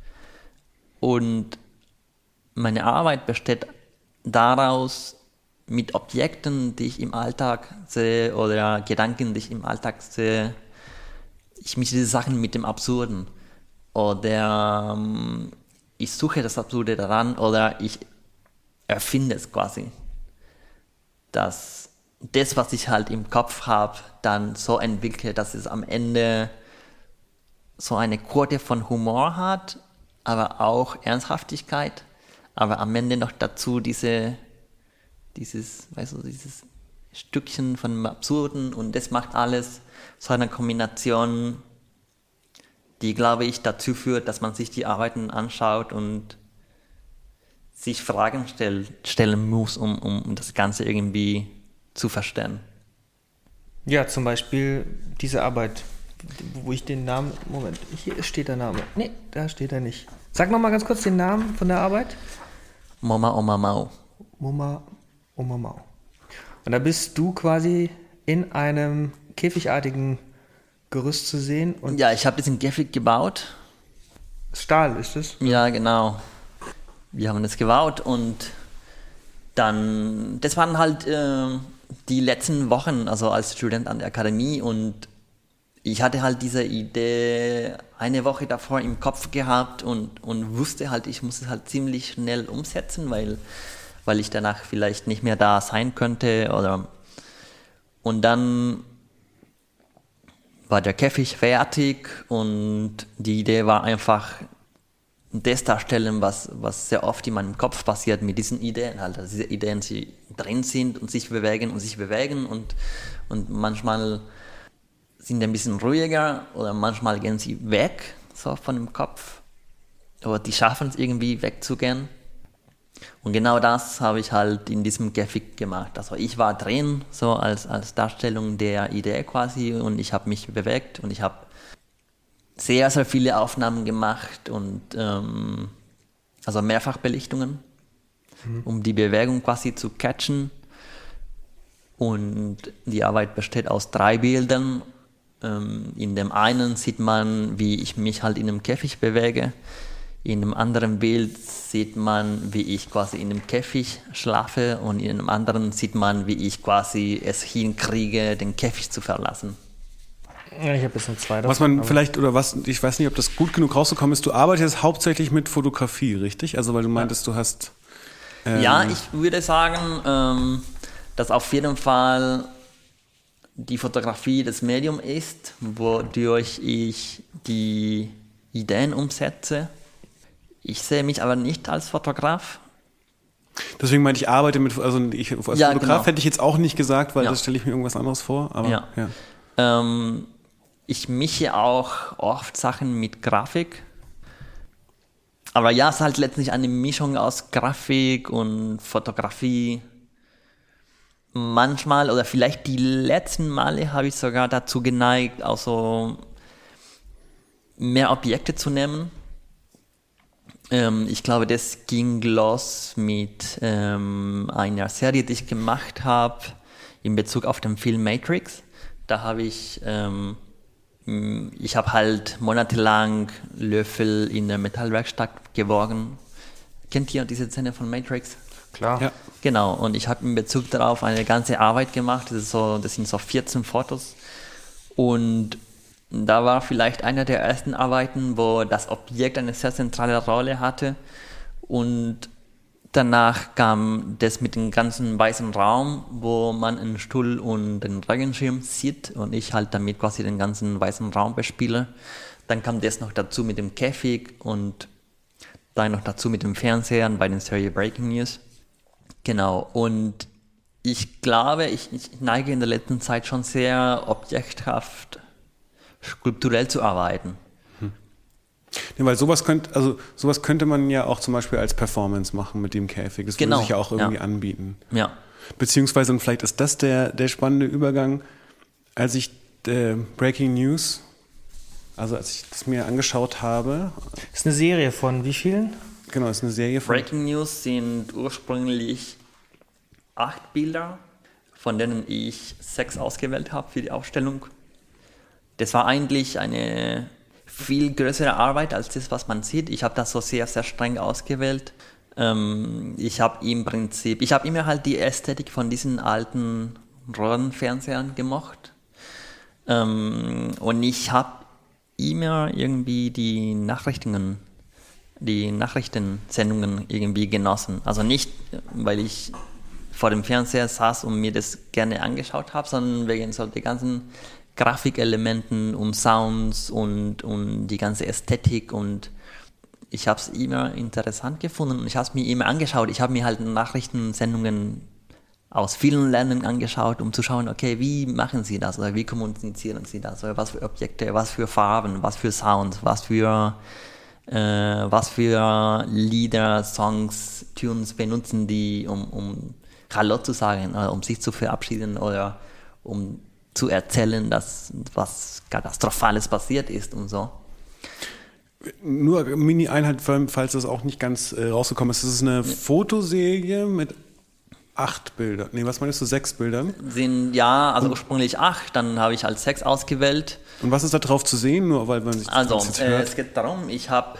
Und meine Arbeit besteht daraus, mit Objekten, die ich im Alltag sehe oder Gedanken, die ich im Alltag sehe, ich mische diese Sachen mit dem Absurden. Oder ich suche das Absurde daran oder ich erfinde es quasi. Dass das, was ich halt im Kopf habe, dann so entwickelt, dass es am Ende so eine Quote von Humor hat, aber auch Ernsthaftigkeit, aber am Ende noch dazu dieses Stückchen von Absurden und das macht alles so eine Kombination, die, glaube ich, dazu führt, dass man sich die Arbeiten anschaut und sich Fragen stellen muss, um das Ganze irgendwie zu verstehen. Ja, zum Beispiel diese Arbeit, wo ich den Namen... Moment, hier steht der Name. Nee, da steht er nicht. Sag nochmal ganz kurz den Namen von der Arbeit. Moma Oma Mau. Moma Oma Mau. Und da bist du quasi in einem käfigartigen Gerüst zu sehen. Und ja, ich habe diesen Käfig gebaut. Stahl ist es? Ja, genau. Wir haben das gebaut und dann, das waren halt die letzten Wochen, also als Student an der Akademie und ich hatte halt diese Idee eine Woche davor im Kopf gehabt und wusste halt, ich muss es halt ziemlich schnell umsetzen, weil ich danach vielleicht nicht mehr da sein könnte und dann war der Käfig fertig und die Idee war einfach das darstellen, was sehr oft in meinem Kopf passiert mit diesen Ideen halt, dass diese Ideen sie drin sind und sich bewegen und manchmal sind ein bisschen ruhiger oder manchmal gehen sie weg, so von dem Kopf. Aber die schaffen es irgendwie wegzugehen. Und genau das habe ich halt in diesem Käfig gemacht. Also ich war drin, so als Darstellung der Idee quasi und ich habe mich bewegt und ich habe sehr, sehr viele Aufnahmen gemacht und also Mehrfachbelichtungen, um die Bewegung quasi zu catchen. Und die Arbeit besteht aus 3 Bildern. In dem einen sieht man, wie ich mich halt in einem Käfig bewege. In dem anderen Bild sieht man, wie ich quasi in einem Käfig schlafe. Und in einem anderen sieht man, wie ich quasi es hinkriege, den Käfig zu verlassen. Ja, ich habe jetzt noch 2 davon. Was man vielleicht, ich weiß nicht, ob das gut genug rausgekommen ist, du arbeitest hauptsächlich mit Fotografie, richtig? Also weil du meintest, du hast... Ja, ich würde sagen, dass auf jeden Fall die Fotografie das Medium ist, wodurch ich die Ideen umsetze. Ich sehe mich aber nicht als Fotograf. Deswegen meinte ich, arbeite mit, also ich, als Fotograf genau. hätte ich jetzt auch nicht gesagt, weil Ja. das stelle ich mir irgendwas anderes vor. Aber Ja. ja. Ich mische auch oft Sachen mit Grafik. Aber ja, es ist halt letztlich eine Mischung aus Grafik und Fotografie. Manchmal oder vielleicht die letzten Male habe ich sogar dazu geneigt, auch so mehr Objekte zu nehmen. Ich glaube, das ging los mit einer Serie, die ich gemacht habe in Bezug auf den Film Matrix. Da habe ich habe halt monatelang Löffel in der Metallwerkstatt geborgen. Kennt ihr diese Szene von Matrix? Klar. Ja. Genau, und ich habe in Bezug darauf eine ganze Arbeit gemacht. Das sind so 14 Fotos. Und da war vielleicht einer der ersten Arbeiten, wo das Objekt eine sehr zentrale Rolle hatte. Und danach kam das mit dem ganzen weißen Raum, wo man einen Stuhl und den Regenschirm sieht und ich halt damit quasi den ganzen weißen Raum bespiele. Dann kam das noch dazu mit dem Käfig und dann noch dazu mit dem Fernseher bei den Serie Breaking News. Genau, und ich glaube, ich neige in der letzten Zeit schon sehr objekthaft skulpturell zu arbeiten. Ja, weil sowas könnte man ja auch zum Beispiel als Performance machen mit dem Käfig. Das Genau, würde sich ja auch irgendwie ja. anbieten. Ja. Beziehungsweise, und vielleicht ist das der spannende Übergang, als ich Breaking News, also als ich das mir angeschaut habe. Das ist eine Serie von wie vielen? Genau, das ist eine Serie von. Breaking News sind ursprünglich 8 Bilder, von denen ich 6 ausgewählt habe für die Ausstellung. Das war eigentlich eine viel größere Arbeit als das, was man sieht. Ich habe das so sehr, sehr streng ausgewählt. Ich habe immer halt die Ästhetik von diesen alten Röhrenfernsehern gemocht. Und ich habe immer irgendwie die Nachrichtensendungen irgendwie genossen. Also nicht, weil ich vor dem Fernseher saß und mir das gerne angeschaut habe, sondern wegen so die ganzen Grafikelementen und Sounds und die ganze Ästhetik, und ich habe es immer interessant gefunden und ich habe es mir immer angeschaut. Ich habe mir halt Nachrichtensendungen aus vielen Ländern angeschaut, um zu schauen, okay, wie machen sie das oder wie kommunizieren sie das oder was für Objekte, was für Farben, was für Sounds, was für Lieder, Songs, Tunes benutzen die, um Hallo zu sagen oder um sich zu verabschieden oder um zu erzählen, dass was Katastrophales passiert ist und so. Nur Mini-Einheit, falls das auch nicht ganz rausgekommen ist. Das ist eine Fotoserie mit 8 Bildern. Nee, was meinst du, 6 Bildern? Also ursprünglich 8, dann habe ich als 6 ausgewählt. Und was ist da drauf zu sehen? Nur weil man sich das jetzt hört. Es geht darum, ich habe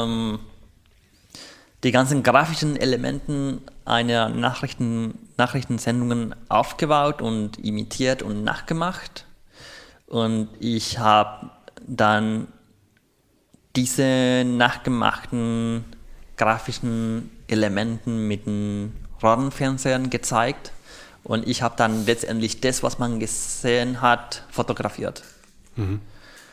die ganzen grafischen Elementen einer Nachrichtensendungen aufgebaut und imitiert und nachgemacht. Und ich habe dann diese nachgemachten grafischen Elementen mit den Röhrenfernsehern gezeigt. Und ich habe dann letztendlich das, was man gesehen hat, fotografiert. Mhm.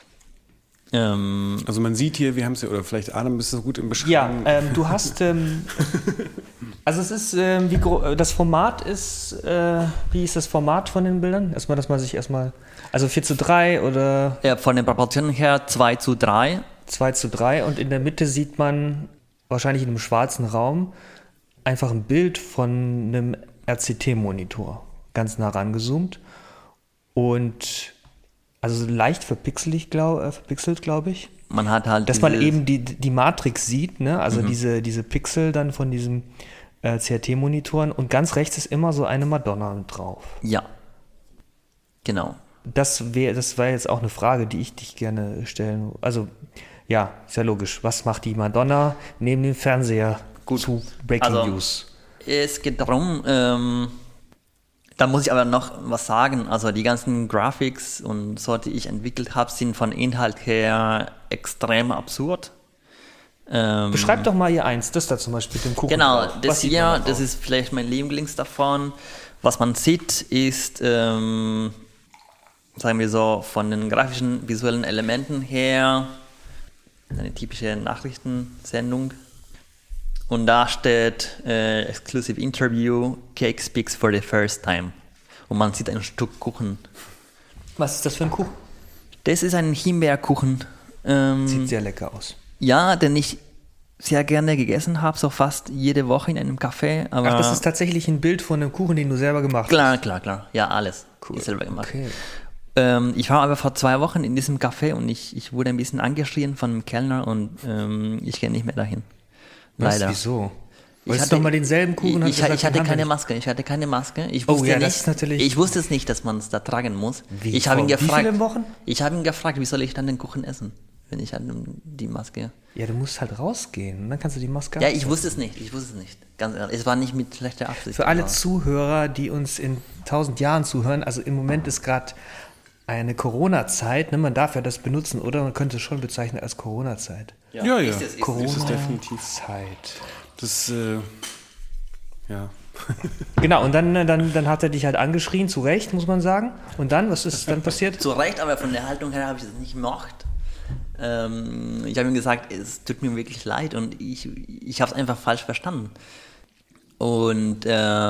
Also man sieht hier, wir haben es ja, oder vielleicht Adam, bist du gut im Beschreiben. Ja, du hast, also es ist, das Format ist, wie ist das Format von den Bildern? Erstmal, dass man sich also 4:3 oder? Ja, von den Proportionen her 2:3. 2:3 und in der Mitte sieht man wahrscheinlich in einem schwarzen Raum einfach ein Bild von einem RCT-Monitor, ganz nah rangezoomt und also leicht verpixelt, glaube ich. Man hat halt dass man eben die Matrix sieht, ne? Also diese Pixel dann von diesen CRT-Monitoren und ganz rechts ist immer so eine Madonna drauf. Ja, genau. Das war jetzt auch eine Frage, die ich dich gerne stellen. Also ja, ist ja logisch. Was macht die Madonna neben dem Fernseher zu Breaking News? Es geht darum, da muss ich aber noch was sagen. Also die ganzen Graphics und so, die ich entwickelt habe, sind von Inhalt her extrem absurd. Beschreib doch mal hier eins, das da zum Beispiel, den Kuchen. Genau, drauf. das hier, das ist vielleicht mein Lieblings davon. Was man sieht, ist, sagen wir so, von den grafischen, visuellen Elementen her, eine typische Nachrichtensendung. Und da steht Exclusive Interview, Cake speaks for the first time. Und man sieht ein Stück Kuchen. Was ist das für ein Kuchen? Das ist ein Himbeerkuchen. Sieht sehr lecker aus. Ja, den ich sehr gerne gegessen habe, so fast jede Woche in einem Café. Aber Ach, das ist tatsächlich ein Bild von einem Kuchen, den du selber gemacht hast? Klar. Ja, alles. Cool. Ich selber gemacht. Okay. Ich war aber vor 2 Wochen in diesem Café und ich wurde ein bisschen angeschrien von dem Kellner und ich gehe nicht mehr dahin. Leider. Wieso? Wolltest du doch mal denselben Kuchen? Ich hatte keine Maske. Ich wusste ja, nicht, das ist natürlich- ich wusste es nicht, dass man es da tragen muss. Wie, Ich habe ihn vor wie gefragt. vielen Wochen? Ich habe ihn gefragt, wie soll ich dann den Kuchen essen, wenn ich halt die Maske. Ja, du musst halt rausgehen und dann kannst du die Maske Ja, absetzen. ich wusste es nicht. Ganz ehrlich. Es war nicht mit schlechter Absicht. Für alle aber- Zuhörer, die uns in 1000 Jahren zuhören, also im Moment ist gerade eine Corona-Zeit, ne? Man darf ja das benutzen, oder? Man könnte es schon bezeichnen als Corona-Zeit. Ja. Ist es. definitiv. Corona-Zeit. Das, ja. Genau, und dann hat er dich halt angeschrien, zu Recht, muss man sagen. Und dann, was ist dann passiert? Zu Recht, aber von der Haltung her habe ich es nicht gemacht. Ich habe ihm gesagt, es tut mir wirklich leid und ich habe es einfach falsch verstanden. Und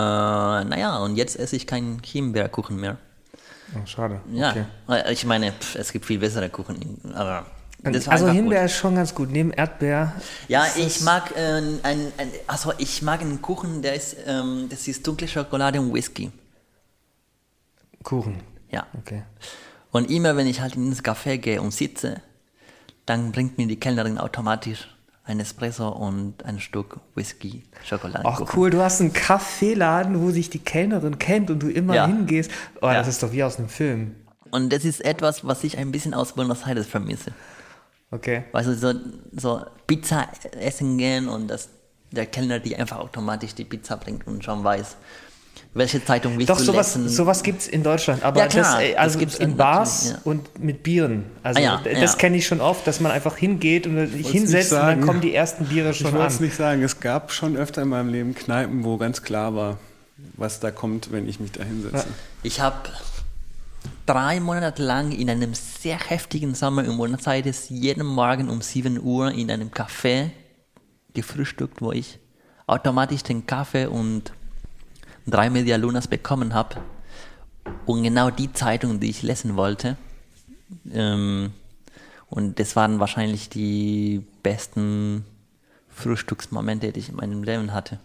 und jetzt esse ich keinen Himbeerkuchen mehr. Oh, schade. Ja, Okay. ich meine, es gibt viel bessere Kuchen, aber das war Also einfach Himbeer gut. ist schon ganz gut, neben Erdbeer. Ja, ist ich das- mag ich mag einen Kuchen, das ist dunkle Schokolade und Whisky. Kuchen. Ja. Okay. Und immer wenn ich halt ins Café gehe und sitze, dann bringt mir die Kellnerin automatisch ein Espresso und ein Stück Whisky, Schokoladenkuchen. Ach cool, du hast einen Kaffeeladen, wo sich die Kellnerin kennt und du immer Ja. hingehst. Oh, Ja. das ist doch wie aus einem Film. Und das ist etwas, was ich ein bisschen aus Buenos Aires vermisse. Okay. Weißt du, so Pizza essen gehen und dass der Kellner dir einfach automatisch die Pizza bringt und schon weiß, welche Zeitung willst Doch, du lesen. sowas gibt es in Deutschland, aber Ja, klar, das, das also gibt's in in Bars natürlich, ja. und mit Bieren. Also das ja. kenne ich schon oft, dass man einfach hingeht und sich nicht hinsetzt und dann sagen. kommen die ersten Biere Ich schon wollte es an. nicht sagen, es gab schon öfter in meinem Leben Kneipen, wo ganz klar war, was da kommt, wenn ich mich da hinsetze. Ich habe 3 Monate lang in einem sehr heftigen Sommer in Buenos Aires jeden Morgen um 7 Uhr in einem Café gefrühstückt, wo ich automatisch den Kaffee und 3 Medialunas bekommen habe und genau die Zeitung, die ich lesen wollte. Und das waren wahrscheinlich die besten Frühstücksmomente, die ich in meinem Leben hatte.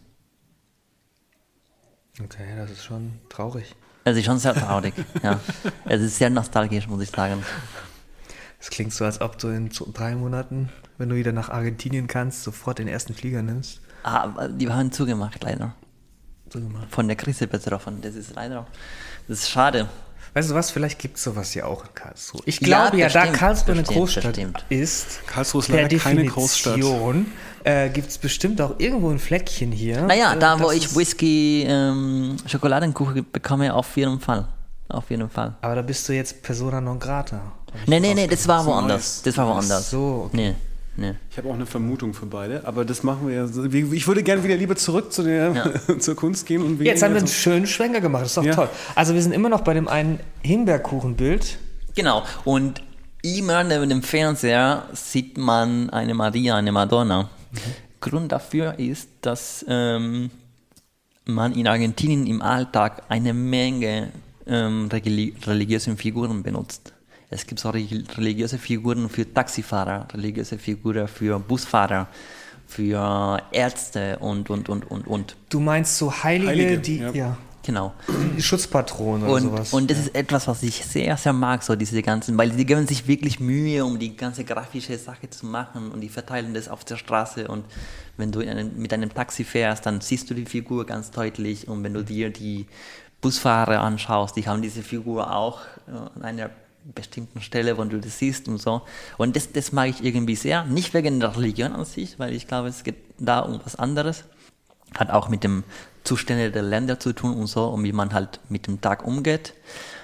Okay, das ist schon traurig. Es ist schon sehr traurig, ja. Es ist sehr nostalgisch, muss ich sagen. Es klingt so, als ob du in 3 Monaten, wenn du wieder nach Argentinien kannst, sofort den ersten Flieger nimmst. Ah, die haben zugemacht, leider. So gemacht. Von der Krise betroffen. Das ist schade. Weißt du was, vielleicht gibt es sowas ja auch in Karlsruhe. Ich Ja, glaube ja, da bestimmt, Karlsruhe eine bestimmt, Großstadt bestimmt. ist, Karlsruhe ist per leider keine Großstadt. Definition, gibt es bestimmt auch irgendwo ein Fleckchen hier. Naja, da wo das ich ist- Whisky, Schokoladenkuchen bekomme, auf jeden Fall. Auf jeden Fall. Aber da bist du jetzt Persona non grata. Nee, das war woanders. Das war woanders. So, okay. Nee. Ich habe auch eine Vermutung für beide, aber das machen wir ja. Ich würde gerne wieder lieber zurück zu zur Kunst gehen und Jetzt haben wir einen so. schönen Schwenker gemacht, das ist doch Ja. toll. Also wir sind immer noch bei dem einen Himbeerkuchenbild. Genau. Und immer neben dem Fernseher sieht man eine Maria, eine Madonna. Grund dafür ist, dass man in Argentinien im Alltag eine Menge religiöse Figuren benutzt. Es gibt so religiöse Figuren für Taxifahrer, religiöse Figuren für Busfahrer, für Ärzte und. Du meinst so Heilige, die, ja. Genau. die Schutzpatronen oder sowas. Und das ist etwas, was ich sehr, sehr mag, so diese ganzen, weil die geben sich wirklich Mühe, um die ganze grafische Sache zu machen und die verteilen das auf der Straße und wenn du mit einem Taxi fährst, dann siehst du die Figur ganz deutlich und wenn du dir die Busfahrer anschaust, die haben diese Figur auch an einer bestimmten Stelle, wo du das siehst und so. Und das mag ich irgendwie sehr, nicht wegen der Religion an sich, weil ich glaube, es geht da um was anderes. Hat auch mit dem Zustände der Länder zu tun und so, und wie man halt mit dem Tag umgeht.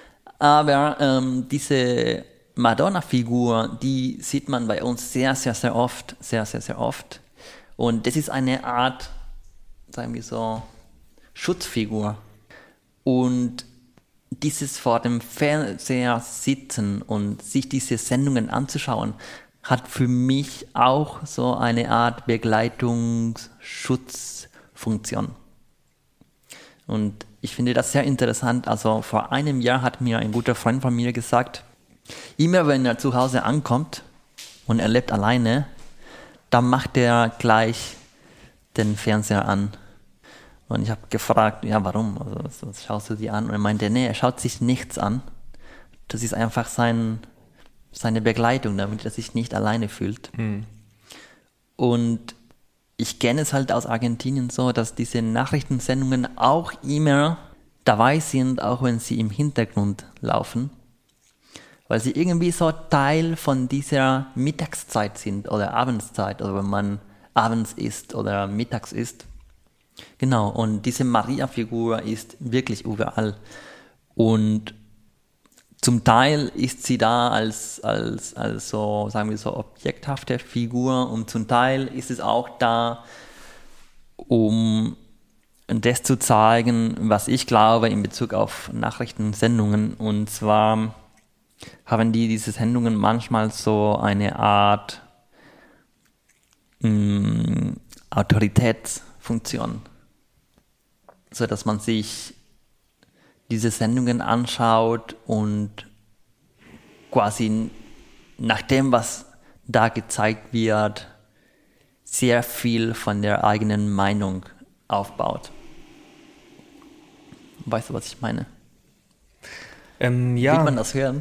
Aber diese Madonna-Figur, die sieht man bei uns sehr, sehr, sehr oft. Sehr, sehr, sehr oft. Und das ist eine Art, sagen wir so, Schutzfigur. Und dieses vor dem Fernseher sitzen und sich diese Sendungen anzuschauen, hat für mich auch so eine Art Begleitungsschutzfunktion. Und ich finde das sehr interessant. Also vor einem Jahr hat mir ein guter Freund von mir gesagt, immer wenn er zu Hause ankommt und er lebt alleine, dann macht er gleich den Fernseher an. Und ich habe gefragt, ja, warum? Also, was schaust du dir an? Und er meinte, nee, er schaut sich nichts an. Das ist einfach seine Begleitung, damit er sich nicht alleine fühlt. Mhm. Und ich kenne es halt aus Argentinien so, dass diese Nachrichtensendungen auch immer dabei sind, auch wenn sie im Hintergrund laufen. Weil sie irgendwie so Teil von dieser Mittagszeit sind oder Abendszeit, oder wenn man abends isst oder mittags isst. Genau, und diese Maria-Figur ist wirklich überall. Und zum Teil ist sie da als so, sagen wir so, objekthafte Figur, und zum Teil ist es auch da, um das zu zeigen, was ich glaube in Bezug auf Nachrichtensendungen. Und zwar haben diese Sendungen manchmal so eine Art Autoritätsfunktion, so dass man sich diese Sendungen anschaut und quasi nach dem, was da gezeigt wird, sehr viel von der eigenen Meinung aufbaut. Weißt du, was ich meine? Ja. Wird man das hören?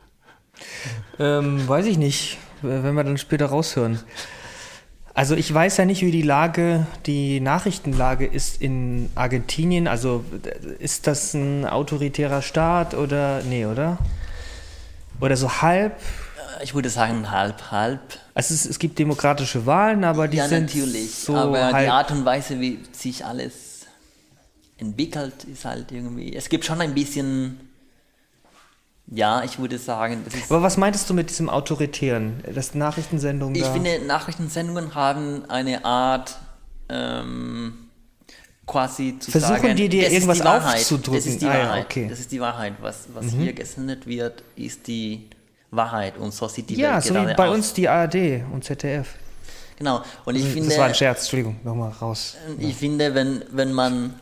Weiß ich nicht, wenn wir dann später raushören. Also ich weiß ja nicht, wie die Nachrichtenlage ist in Argentinien. Also ist das ein autoritärer Staat oder? Nee, oder? Oder so halb? Ich würde sagen halb. Also es gibt demokratische Wahlen, aber die sind natürlich, so aber halb. Die Art und Weise, wie sich alles entwickelt, ist halt irgendwie... Es gibt schon ein bisschen... Ja, ich würde sagen... Das ist, aber was meintest du mit diesem Autoritären? Das Nachrichtensendungen Ich finde, Nachrichtensendungen haben eine Art, quasi zu versuchen sagen... die dir irgendwas aufzudrücken? Das ist die Wahrheit. Ja, okay. Das ist die Wahrheit. Was hier gesendet wird, ist die Wahrheit. Und so sieht die ja, Welt so gerade wie bei aus. uns die ARD und ZDF. Genau. Und ich finde... Das war ein Scherz, Entschuldigung, nochmal raus. Ich finde, wenn man...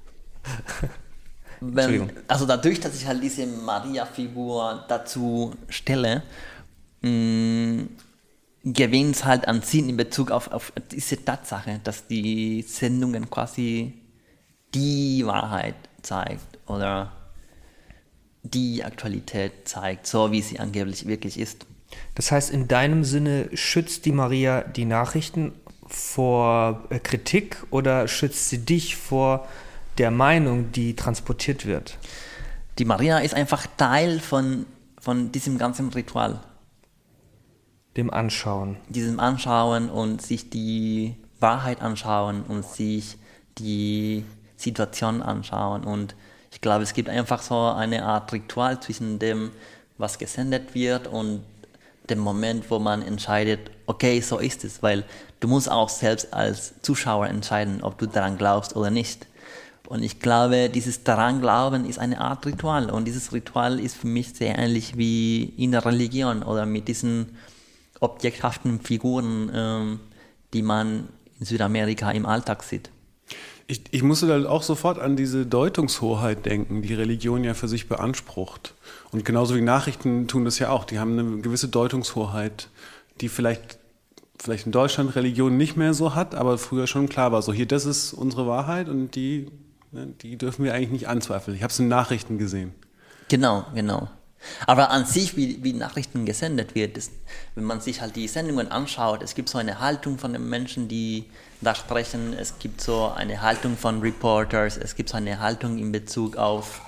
Also dadurch, dass ich halt diese Maria-Figur dazu stelle, gewinnt es halt an Sinn in Bezug auf diese Tatsache, dass die Sendungen quasi die Wahrheit zeigt oder die Aktualität zeigt, so wie sie angeblich wirklich ist. Das heißt, in deinem Sinne schützt die Maria die Nachrichten vor Kritik oder schützt sie dich vor der Meinung, die transportiert wird? Die Maria ist einfach Teil von diesem ganzen Ritual. Dem Anschauen. Diesem Anschauen und sich die Wahrheit anschauen und sich die Situation anschauen. Und ich glaube, es gibt einfach so eine Art Ritual zwischen dem, was gesendet wird, und dem Moment, wo man entscheidet, okay, so ist es. Weil du musst auch selbst als Zuschauer entscheiden, ob du daran glaubst oder nicht. Und ich glaube, dieses daran glauben ist eine Art Ritual. Und dieses Ritual ist für mich sehr ähnlich wie in der Religion oder mit diesen objekthaften Figuren, die man in Südamerika im Alltag sieht. Ich musste da auch sofort an diese Deutungshoheit denken, die Religion ja für sich beansprucht. Und genauso wie Nachrichten tun das ja auch. Die haben eine gewisse Deutungshoheit, die vielleicht in Deutschland Religion nicht mehr so hat, aber früher schon klar war, so hier, das ist unsere Wahrheit und die dürfen wir eigentlich nicht anzweifeln. Ich habe es in Nachrichten gesehen. Genau. Aber an sich, wie Nachrichten gesendet wird, ist, wenn man sich halt die Sendungen anschaut, es gibt so eine Haltung von den Menschen, die da sprechen, es gibt so eine Haltung von Reporters, es gibt so eine Haltung in Bezug auf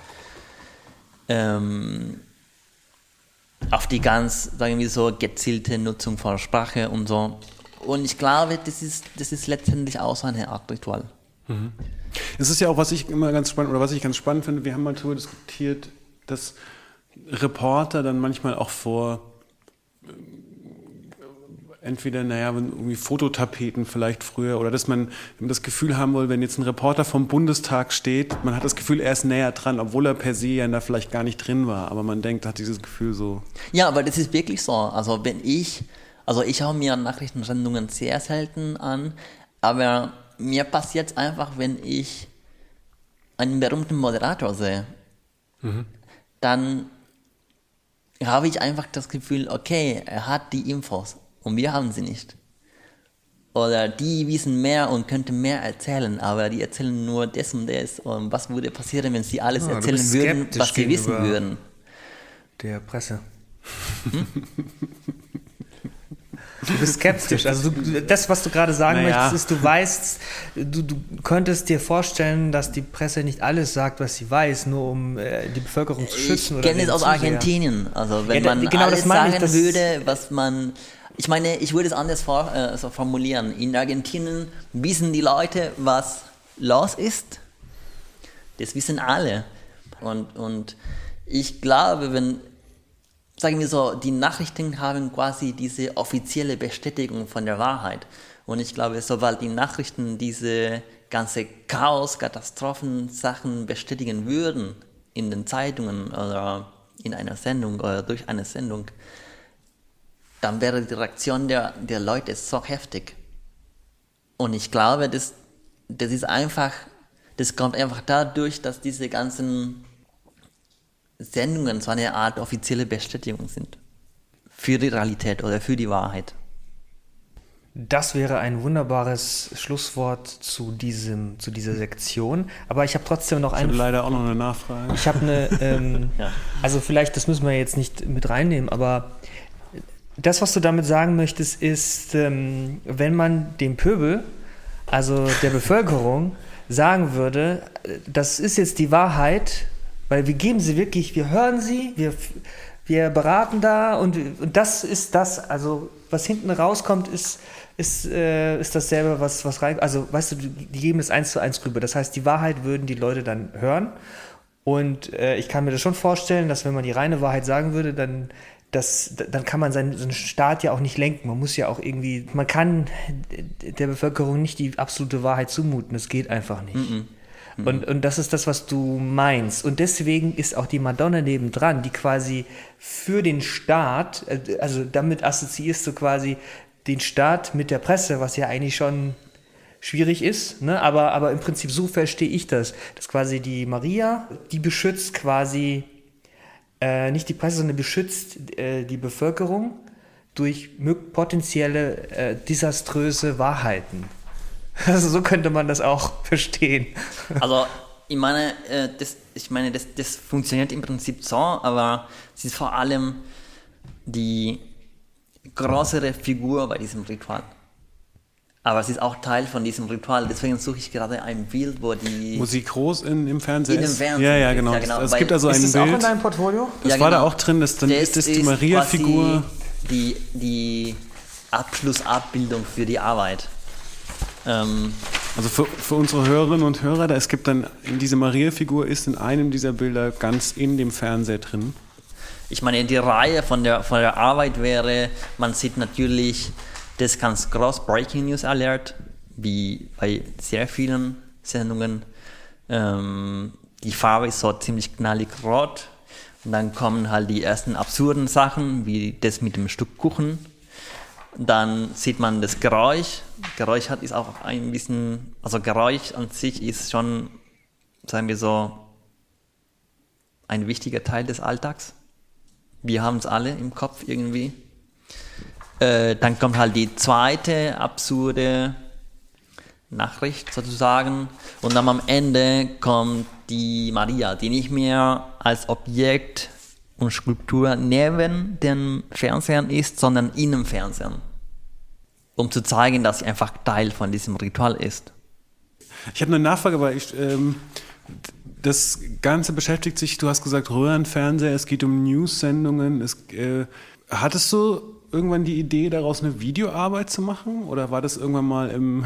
die ganz, sagen wir so, gezielte Nutzung von Sprache und so. Und ich glaube, das ist letztendlich auch so eine Art Ritual. Mhm. Es ist ja auch, was ich ganz spannend finde, wir haben mal darüber diskutiert, dass Reporter dann manchmal auch vor entweder, irgendwie Fototapeten vielleicht früher, oder dass man das Gefühl haben will, wenn jetzt ein Reporter vom Bundestag steht, man hat das Gefühl, er ist näher dran, obwohl er per se ja da vielleicht gar nicht drin war, aber man denkt, hat dieses Gefühl so. Ja, aber das ist wirklich so. Also wenn ich Also ich schaue mir Nachrichtensendungen sehr selten an, aber mir passiert es einfach, wenn ich einen berühmten Moderator sehe, dann habe ich einfach das Gefühl, okay, er hat die Infos und wir haben sie nicht. Oder die wissen mehr und könnten mehr erzählen, aber die erzählen nur das und das und was würde passieren, wenn sie alles erzählen würden, was sie wissen würden. Der Presse. Du bist skeptisch. Also das, was du gerade sagen möchtest, ist, du weißt, du könntest dir vorstellen, dass die Presse nicht alles sagt, was sie weiß, nur um die Bevölkerung zu schützen. Ich kenne es aus Argentinien. Also wenn man genau alles sagen würde, was man... Ich meine, ich würde es anders formulieren. In Argentinien wissen die Leute, was los ist. Das wissen alle. Und ich glaube, wenn... Sagen wir so, die Nachrichten haben quasi diese offizielle Bestätigung von der Wahrheit. Und ich glaube, sobald die Nachrichten diese ganze Chaos, Katastrophen, Sachen bestätigen würden, in den Zeitungen oder in einer Sendung oder durch eine Sendung, dann wäre die Reaktion der Leute so heftig. Und ich glaube, das kommt einfach dadurch, dass diese ganzen Sendungen so eine Art offizielle Bestätigung sind für die Realität oder für die Wahrheit. Das wäre ein wunderbares Schlusswort zu dieser Sektion. Aber ich habe trotzdem noch eine... Ich habe leider auch noch eine Nachfrage. Ich habe eine... Also vielleicht, das müssen wir jetzt nicht mit reinnehmen, aber das, was du damit sagen möchtest, ist, wenn man dem Pöbel, also der Bevölkerung, sagen würde, das ist jetzt die Wahrheit... Weil wir geben sie wirklich, wir hören sie, wir beraten da und das ist das, also was hinten rauskommt, ist dasselbe, was rein, also weißt du, die geben es 1:1 rüber. Das heißt, die Wahrheit würden die Leute dann hören und ich kann mir das schon vorstellen, dass wenn man die reine Wahrheit sagen würde, dann kann man seinen Staat ja auch nicht lenken. Man muss ja auch irgendwie, man kann der Bevölkerung nicht die absolute Wahrheit zumuten, das geht einfach nicht. Und das ist das, was du meinst. Und deswegen ist auch die Madonna nebendran, die quasi für den Staat, also damit assoziierst du quasi den Staat mit der Presse, was ja eigentlich schon schwierig ist, ne? Aber im Prinzip so verstehe ich das, dass quasi die Maria, die beschützt quasi nicht die Presse, sondern beschützt die Bevölkerung durch potenzielle desaströse Wahrheiten. Also so könnte man das auch verstehen. Also ich meine, das funktioniert im Prinzip so, aber es ist vor allem die größere Figur bei diesem Ritual. Aber es ist auch Teil von diesem Ritual, deswegen suche ich gerade ein Bild, wo die... Musik groß im Fernsehen ist? In dem Fernsehen. Ja, genau. Es gibt also ein Bild. Ist das auch in deinem Portfolio? Das war da auch drin, dann ist das die Maria-Figur. Die Abschlussabbildung für die Arbeit. Also für unsere Hörerinnen und Hörer, es gibt dann, diese Maria-Figur ist in einem dieser Bilder ganz in dem Fernseher drin. Ich meine, die Reihe von der Arbeit wäre, man sieht natürlich das ganz groß Breaking News Alert, wie bei sehr vielen Sendungen. Die Farbe ist so ziemlich knallig rot und dann kommen halt die ersten absurden Sachen, wie das mit dem Stück Kuchen. Dann sieht man das Geräusch. Geräusch ist auch ein bisschen, also Geräusch an sich ist schon, sagen wir so, ein wichtiger Teil des Alltags. Wir haben es alle im Kopf irgendwie. Dann kommt halt die zweite absurde Nachricht sozusagen und dann am Ende kommt die Maria, die nicht mehr als Objekt und Skulptur neben dem Fernsehen ist, sondern in dem Fernsehen. Um zu zeigen, dass sie einfach Teil von diesem Ritual ist. Ich habe eine Nachfrage, weil das Ganze beschäftigt sich, du hast gesagt, Röhrenfernseher, es geht um News-Sendungen. Hattest du irgendwann die Idee, daraus eine Videoarbeit zu machen? Oder war das irgendwann mal im...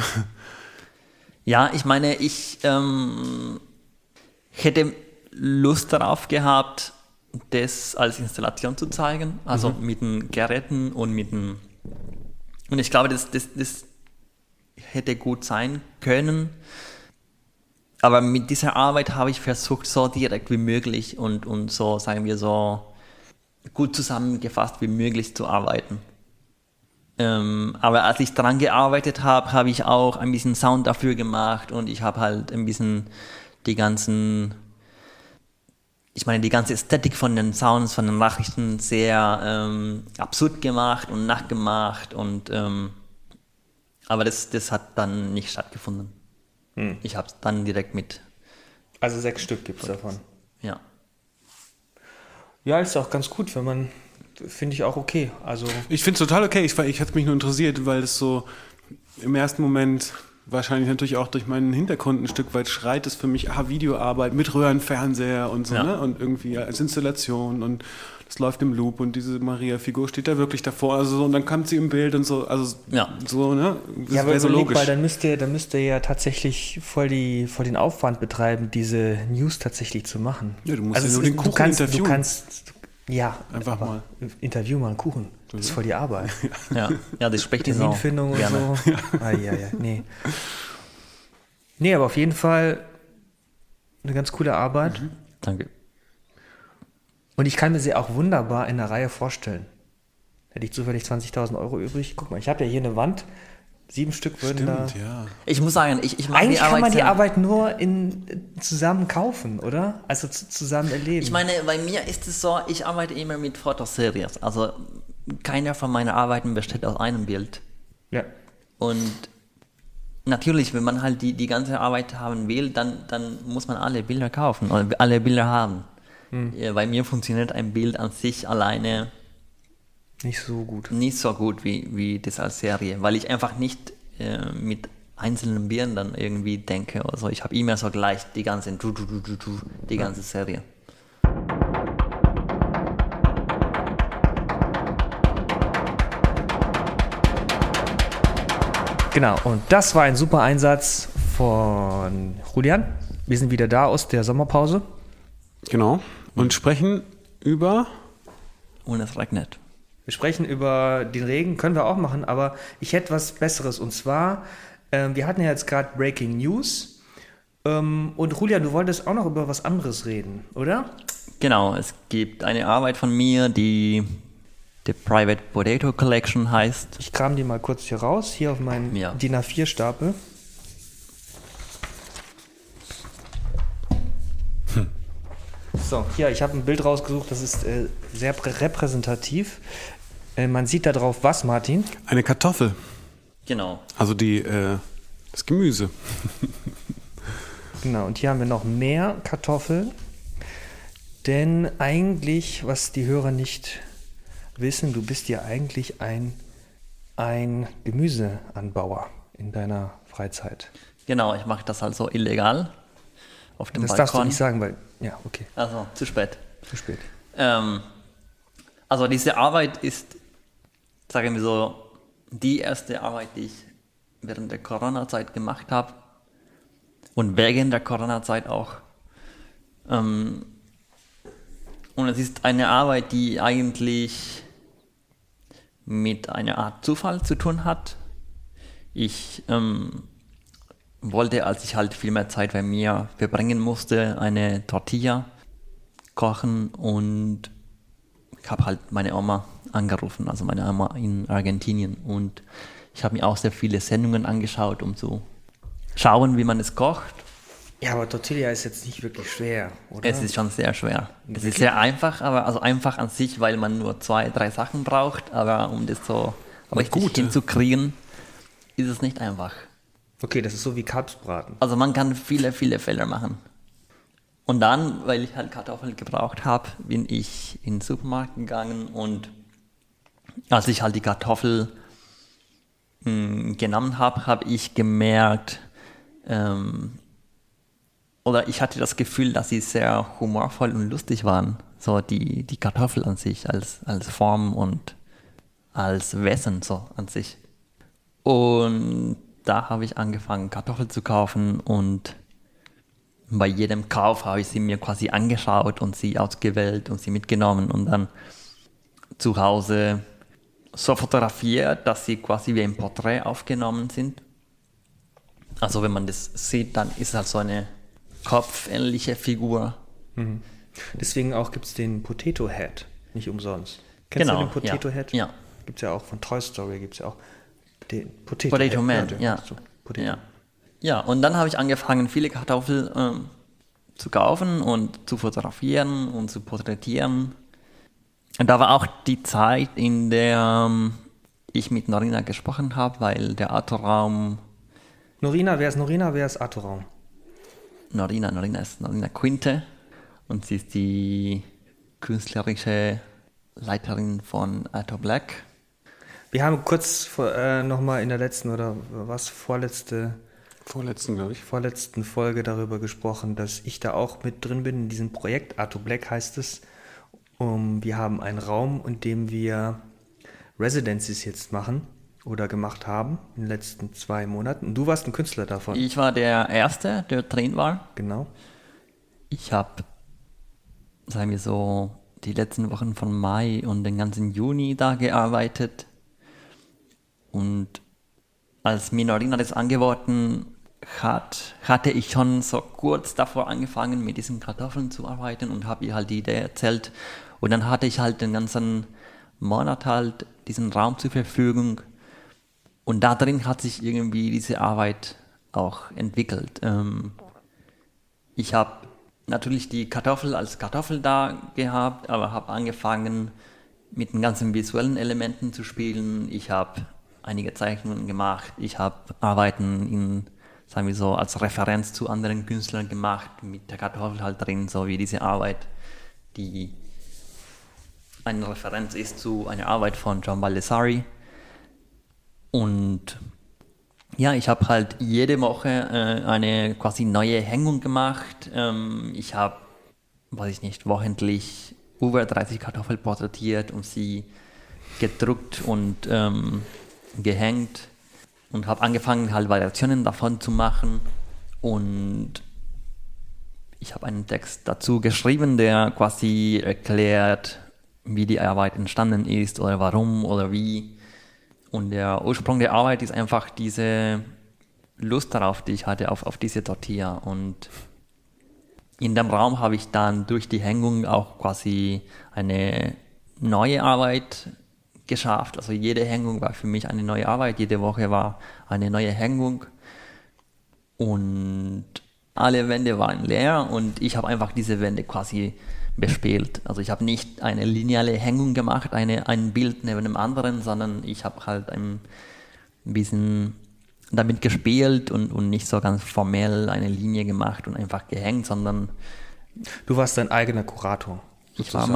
Ja, ich meine, ich hätte Lust darauf gehabt, das als Installation zu zeigen, also mit den Geräten und und ich glaube, das hätte gut sein können, aber mit dieser Arbeit habe ich versucht, so direkt wie möglich und so, sagen wir so, gut zusammengefasst wie möglich zu arbeiten. Aber als ich dran gearbeitet habe, habe ich auch ein bisschen Sound dafür gemacht und ich habe halt ein bisschen die ganze Ästhetik von den Sounds, von den Nachrichten sehr absurd gemacht und nachgemacht aber das hat dann nicht stattgefunden. Ich habe es dann direkt mit. Also 6 Stück gibt es davon. Ja. Ja, ist auch ganz gut, wenn man, finde ich auch okay. Also Ich finde es total okay. Ich hatte mich nur interessiert, weil es so im ersten Moment wahrscheinlich natürlich auch durch meinen Hintergrund ein Stück weit schreit es für mich, Videoarbeit mit Röhrenfernseher und so, Ja. ne? Und irgendwie als Installation und das läuft im Loop und diese Maria-Figur steht da wirklich davor. Also so, und dann kommt sie im Bild und so, also Ja. so, ne? Das ja, aber wäre so überleg logisch. mal, dann müsst ihr ja tatsächlich voll den Aufwand betreiben, diese News tatsächlich zu machen. Ja, du musst ja es nur ist- den Kuchen du interviewen. kannst, ja, Einfach aber mal. Interview mal einen Kuchen. Das ist voll die Arbeit. Ja, das spricht jetzt auch Terminfindung und gerne. so. Ja, nee. Nee, aber auf jeden Fall eine ganz coole Arbeit. Danke. Und ich kann mir sie auch wunderbar in der Reihe vorstellen. Hätte ich zufällig 20.000 Euro übrig. Guck mal, ich habe ja hier eine Wand. 7 Stück würden da... Stimmt, ja. Ich muss sagen, ich mag Eigentlich die Arbeit kann man die sehr. Arbeit nur zusammen kaufen, oder? Also zusammen erleben. Ich meine, bei mir ist es so, ich arbeite immer mit Fotoseries. Also keiner von meinen Arbeiten besteht aus einem Bild. ja. Und natürlich, wenn man halt die ganze Arbeit haben will, dann muss man alle Bilder kaufen oder alle Bilder haben. Ja, bei mir funktioniert ein Bild an sich alleine Nicht so gut. nicht so gut wie das als Serie, weil ich einfach nicht mit einzelnen Bildern dann irgendwie denke. Also ich habe immer so gleich die ganze Serie. Genau, und das war ein super Einsatz von Julian. Wir sind wieder da aus der Sommerpause. Genau. Und sprechen über... Und es regnet. Wir sprechen über den Regen, können wir auch machen, aber ich hätte was Besseres. Und zwar, wir hatten ja jetzt gerade Breaking News. Und Julian, du wolltest auch noch über was anderes reden, oder? Genau, es gibt eine Arbeit von mir, die The Private Potato Collection heißt. Ich kram die mal kurz hier raus, hier auf meinen Ja. DIN A4-Stapel. So, hier, ich habe ein Bild rausgesucht, das ist sehr repräsentativ. Man sieht da drauf was, Martin? Eine Kartoffel. Genau. Also das Gemüse. Genau, und hier haben wir noch mehr Kartoffeln. Denn eigentlich, was die Hörer nicht wissen, du bist ja eigentlich ein Gemüseanbauer in deiner Freizeit. Genau, ich mache das also illegal auf dem Das Balkon. darfst du nicht sagen, weil, ja, okay, Also, zu spät. zu spät. Also diese Arbeit ist, sagen wir so, die erste Arbeit, die ich während der Corona-Zeit gemacht habe und während der Corona-Zeit auch. Und es ist eine Arbeit, die eigentlich mit einer Art Zufall zu tun hat. Ich wollte, als ich halt viel mehr Zeit bei mir verbringen musste, eine Tortilla kochen und ich habe halt meine Oma angerufen, also meine Oma in Argentinien, und ich habe mir auch sehr viele Sendungen angeschaut, um zu schauen, wie man es kocht. Ja, aber Tortilla ist jetzt nicht wirklich schwer, oder? Es ist schon sehr schwer. Es ist sehr einfach, aber also einfach an sich, weil man nur 2, 3 Sachen braucht, aber um das so richtig gut, hinzukriegen, ist es nicht einfach. Okay, das ist so wie Kalbsbraten. Also man kann viele, viele Fehler machen. Und dann, weil ich halt Kartoffeln gebraucht habe, bin ich in den Supermarkt gegangen und als ich halt die Kartoffel genommen habe, habe ich gemerkt, oder ich hatte das Gefühl, dass sie sehr humorvoll und lustig waren. So die Kartoffel an sich als Form und als Wesen so an sich. Und da habe ich angefangen, Kartoffeln zu kaufen, und bei jedem Kauf habe ich sie mir quasi angeschaut und sie ausgewählt und sie mitgenommen und dann zu Hause so fotografiert, dass sie quasi wie ein Porträt aufgenommen sind. Also wenn man das sieht, dann ist es halt so eine kopfähnliche Figur. Deswegen auch gibt es den Potato Head, nicht umsonst. Kennst du den Potato ja, Head? Ja. Gibt es ja auch von Toy Story, gibt es ja auch den Potato Man, ja. So, Potato. Ja. Ja, und dann habe ich angefangen, viele Kartoffeln zu kaufen und zu fotografieren und zu porträtieren. Und da war auch die Zeit, in der ich mit Norina gesprochen habe, weil der Arthur-Raum... Norina, wer ist Arthur-Raum? Norina ist Norina Quinte und sie ist die künstlerische Leiterin von Arthur Black. Wir haben kurz nochmal in der letzten vorletzten, glaube ich. vorletzten Folge darüber gesprochen, dass ich da auch mit drin bin in diesem Projekt. Arthur Black heißt es. Wir haben einen Raum, in dem wir Residencies jetzt machen oder gemacht haben in den letzten 2 Monaten. Und du warst ein Künstler davon. Ich war der Erste, der drin war. Genau. Ich habe, sagen wir so, die letzten Wochen von Mai und den ganzen Juni da gearbeitet. Und als mir Norina das angeboten hat, hatte ich schon so kurz davor angefangen, mit diesen Kartoffeln zu arbeiten und habe ihr halt die Idee erzählt. Und dann hatte ich halt den ganzen Monat halt diesen Raum zur Verfügung. Und da drin hat sich irgendwie diese Arbeit auch entwickelt. Ich habe natürlich die Kartoffel als Kartoffel da gehabt, aber habe angefangen mit den ganzen visuellen Elementen zu spielen. Ich habe einige Zeichnungen gemacht. Ich habe Arbeiten sagen wir so, als Referenz zu anderen Künstlern gemacht, mit der Kartoffel halt drin, so wie diese Arbeit, die eine Referenz ist zu einer Arbeit von John Baldessari. Und ja, ich habe halt jede Woche eine quasi neue Hängung gemacht. Ich habe, wochentlich über 30 Kartoffeln porträtiert und sie gedruckt und gehängt und habe angefangen, halt Variationen davon zu machen. Und ich habe einen Text dazu geschrieben, der quasi erklärt, wie die Arbeit entstanden ist oder warum oder wie. Und der Ursprung der Arbeit ist einfach diese Lust darauf, die ich hatte, auf diese Tortilla. Und in dem Raum habe ich dann durch die Hängung auch quasi eine neue Arbeit geschafft. Also jede Hängung war für mich eine neue Arbeit, jede Woche war eine neue Hängung. Und alle Wände waren leer und ich habe einfach diese Wände quasi bespielt. Also ich habe nicht eine lineare Hängung gemacht, ein Bild neben dem anderen, sondern ich habe halt ein bisschen damit gespielt und nicht so ganz formell eine Linie gemacht und einfach gehängt, sondern... Du warst dein eigener Kurator. Ich war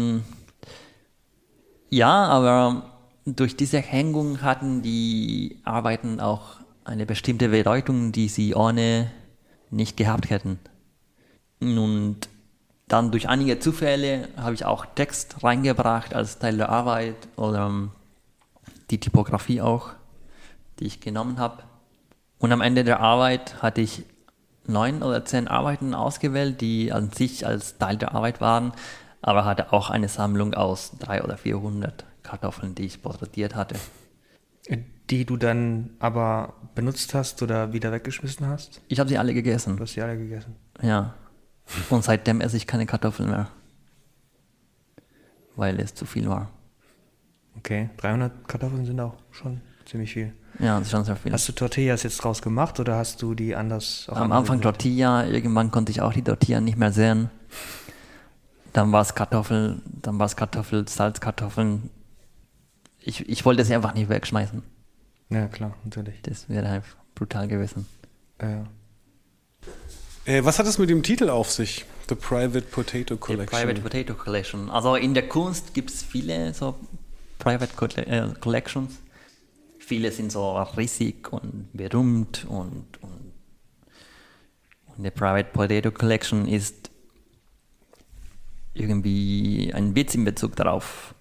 Ja, aber durch diese Hängung hatten die Arbeiten auch eine bestimmte Bedeutung, die sie ohne nicht gehabt hätten. Und dann durch einige Zufälle habe ich auch Text reingebracht als Teil der Arbeit oder die Typografie auch, die ich genommen habe. Und am Ende der Arbeit hatte ich 9 oder 10 Arbeiten ausgewählt, die an sich als Teil der Arbeit waren, aber hatte auch eine Sammlung aus 300 oder 400 Kartoffeln, die ich porträtiert hatte. Die du dann aber benutzt hast oder wieder weggeschmissen hast? Ich habe sie alle gegessen. Du hast sie alle gegessen? Ja. Und seitdem esse ich keine Kartoffeln mehr. Weil es zu viel war. Okay, 300 Kartoffeln sind auch schon ziemlich viel. Ja, das ist schon sehr viel. Hast du Tortillas jetzt draus gemacht oder hast du die anders... Am Anfang Tortilla, irgendwann konnte ich auch die Tortilla nicht mehr sehen. Dann war es Kartoffel, Salzkartoffeln. Ich wollte sie einfach nicht wegschmeißen. Ja, klar, natürlich. Das wäre halt brutal gewesen. Ja. Was hat es mit dem Titel auf sich? The Private Potato Collection. The Private Potato Collection. Also in der Kunst gibt es viele so Private Collections. Viele sind so riesig und berühmt und die Private Potato Collection ist irgendwie ein Witz in Bezug darauf,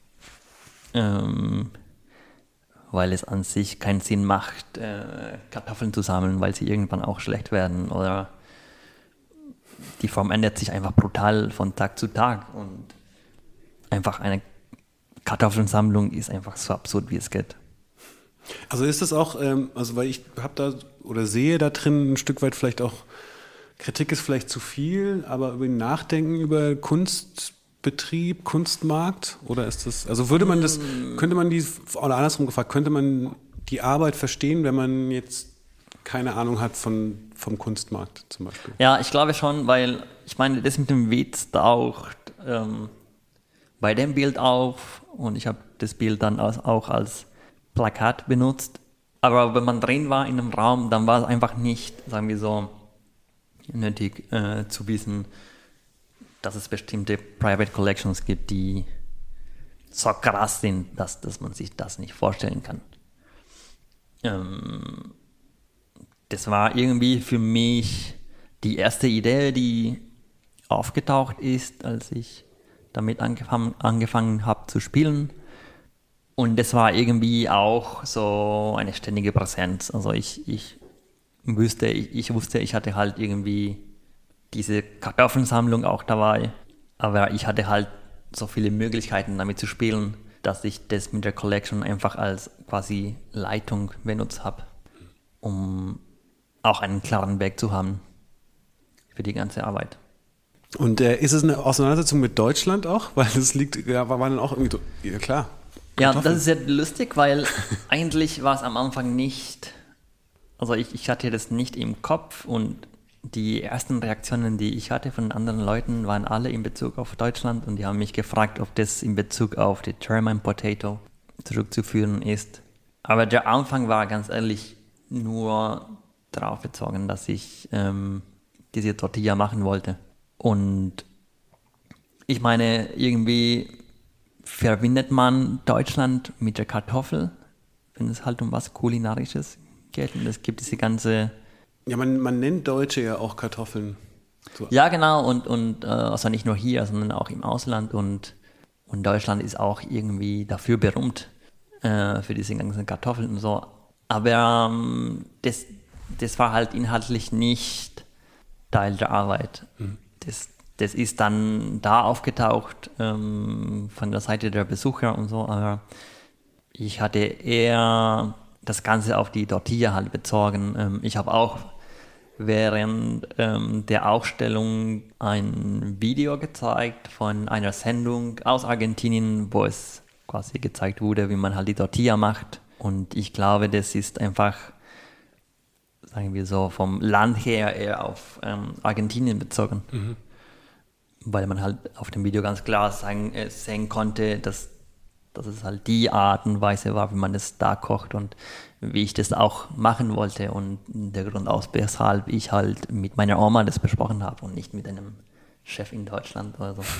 weil es an sich keinen Sinn macht, Kartoffeln zu sammeln, weil sie irgendwann auch schlecht werden oder die Form ändert sich einfach brutal von Tag zu Tag und einfach eine Kartoffelsammlung ist einfach so absurd, wie es geht. Also ist das auch, weil ich habe da oder sehe da drin ein Stück weit vielleicht auch, Kritik ist vielleicht zu viel, aber über Nachdenken über Kunst Kunstbetrieb, Kunstmarkt? Oder ist das, also könnte man oder andersrum gefragt, könnte man die Arbeit verstehen, wenn man jetzt keine Ahnung hat vom Kunstmarkt zum Beispiel? Ja, ich glaube schon, weil ich meine, das mit dem Witz taucht bei dem Bild auf und ich habe das Bild dann auch als Plakat benutzt. Aber wenn man drin war in einem Raum, dann war es einfach nicht, sagen wir so, nötig zu wissen, dass es bestimmte Private Collections gibt, die so krass sind, dass man sich das nicht vorstellen kann. Das war irgendwie für mich die erste Idee, die aufgetaucht ist, als ich damit angefangen habe zu spielen. Und das war irgendwie auch so eine ständige Präsenz. Also ich wusste, ich hatte halt irgendwie diese Kartoffelsammlung auch dabei. Aber ich hatte halt so viele Möglichkeiten damit zu spielen, dass ich das mit der Collection einfach als quasi Leitung benutzt habe, um auch einen klaren Weg zu haben für die ganze Arbeit. Und ist es eine Auseinandersetzung mit Deutschland auch? Weil das war dann auch irgendwie so, ja klar. Ja, das ist sehr lustig, weil eigentlich war es am Anfang nicht, also ich hatte das nicht im Kopf und die ersten Reaktionen, die ich hatte von anderen Leuten, waren alle in Bezug auf Deutschland und die haben mich gefragt, ob das in Bezug auf die German Potato zurückzuführen ist. Aber der Anfang war ganz ehrlich nur darauf bezogen, dass ich diese Tortilla machen wollte. Und ich meine, irgendwie verbindet man Deutschland mit der Kartoffel, wenn es halt um was Kulinarisches geht. Und es gibt diese ganze... Ja, man nennt Deutsche ja auch Kartoffeln. So. Ja, genau. Und also nicht nur hier, sondern auch im Ausland. Und Deutschland ist auch irgendwie dafür berühmt, für diese ganzen Kartoffeln und so. Aber das war halt inhaltlich nicht Teil der Arbeit. Mhm. Das ist dann da aufgetaucht von der Seite der Besucher und so, aber ich hatte eher das Ganze auf die Tortilla halt bezogen. Ich habe auch während der Ausstellung ein Video gezeigt von einer Sendung aus Argentinien, wo es quasi gezeigt wurde, wie man halt die Tortilla macht. Und ich glaube, das ist einfach, sagen wir so, vom Land her eher auf Argentinien bezogen. Mhm. Weil man halt auf dem Video ganz klar sehen konnte, dass es halt die Art und Weise war, wie man das da kocht und wie ich das auch machen wollte und der Grund aus, weshalb ich halt mit meiner Oma das besprochen habe und nicht mit einem Chef in Deutschland oder so.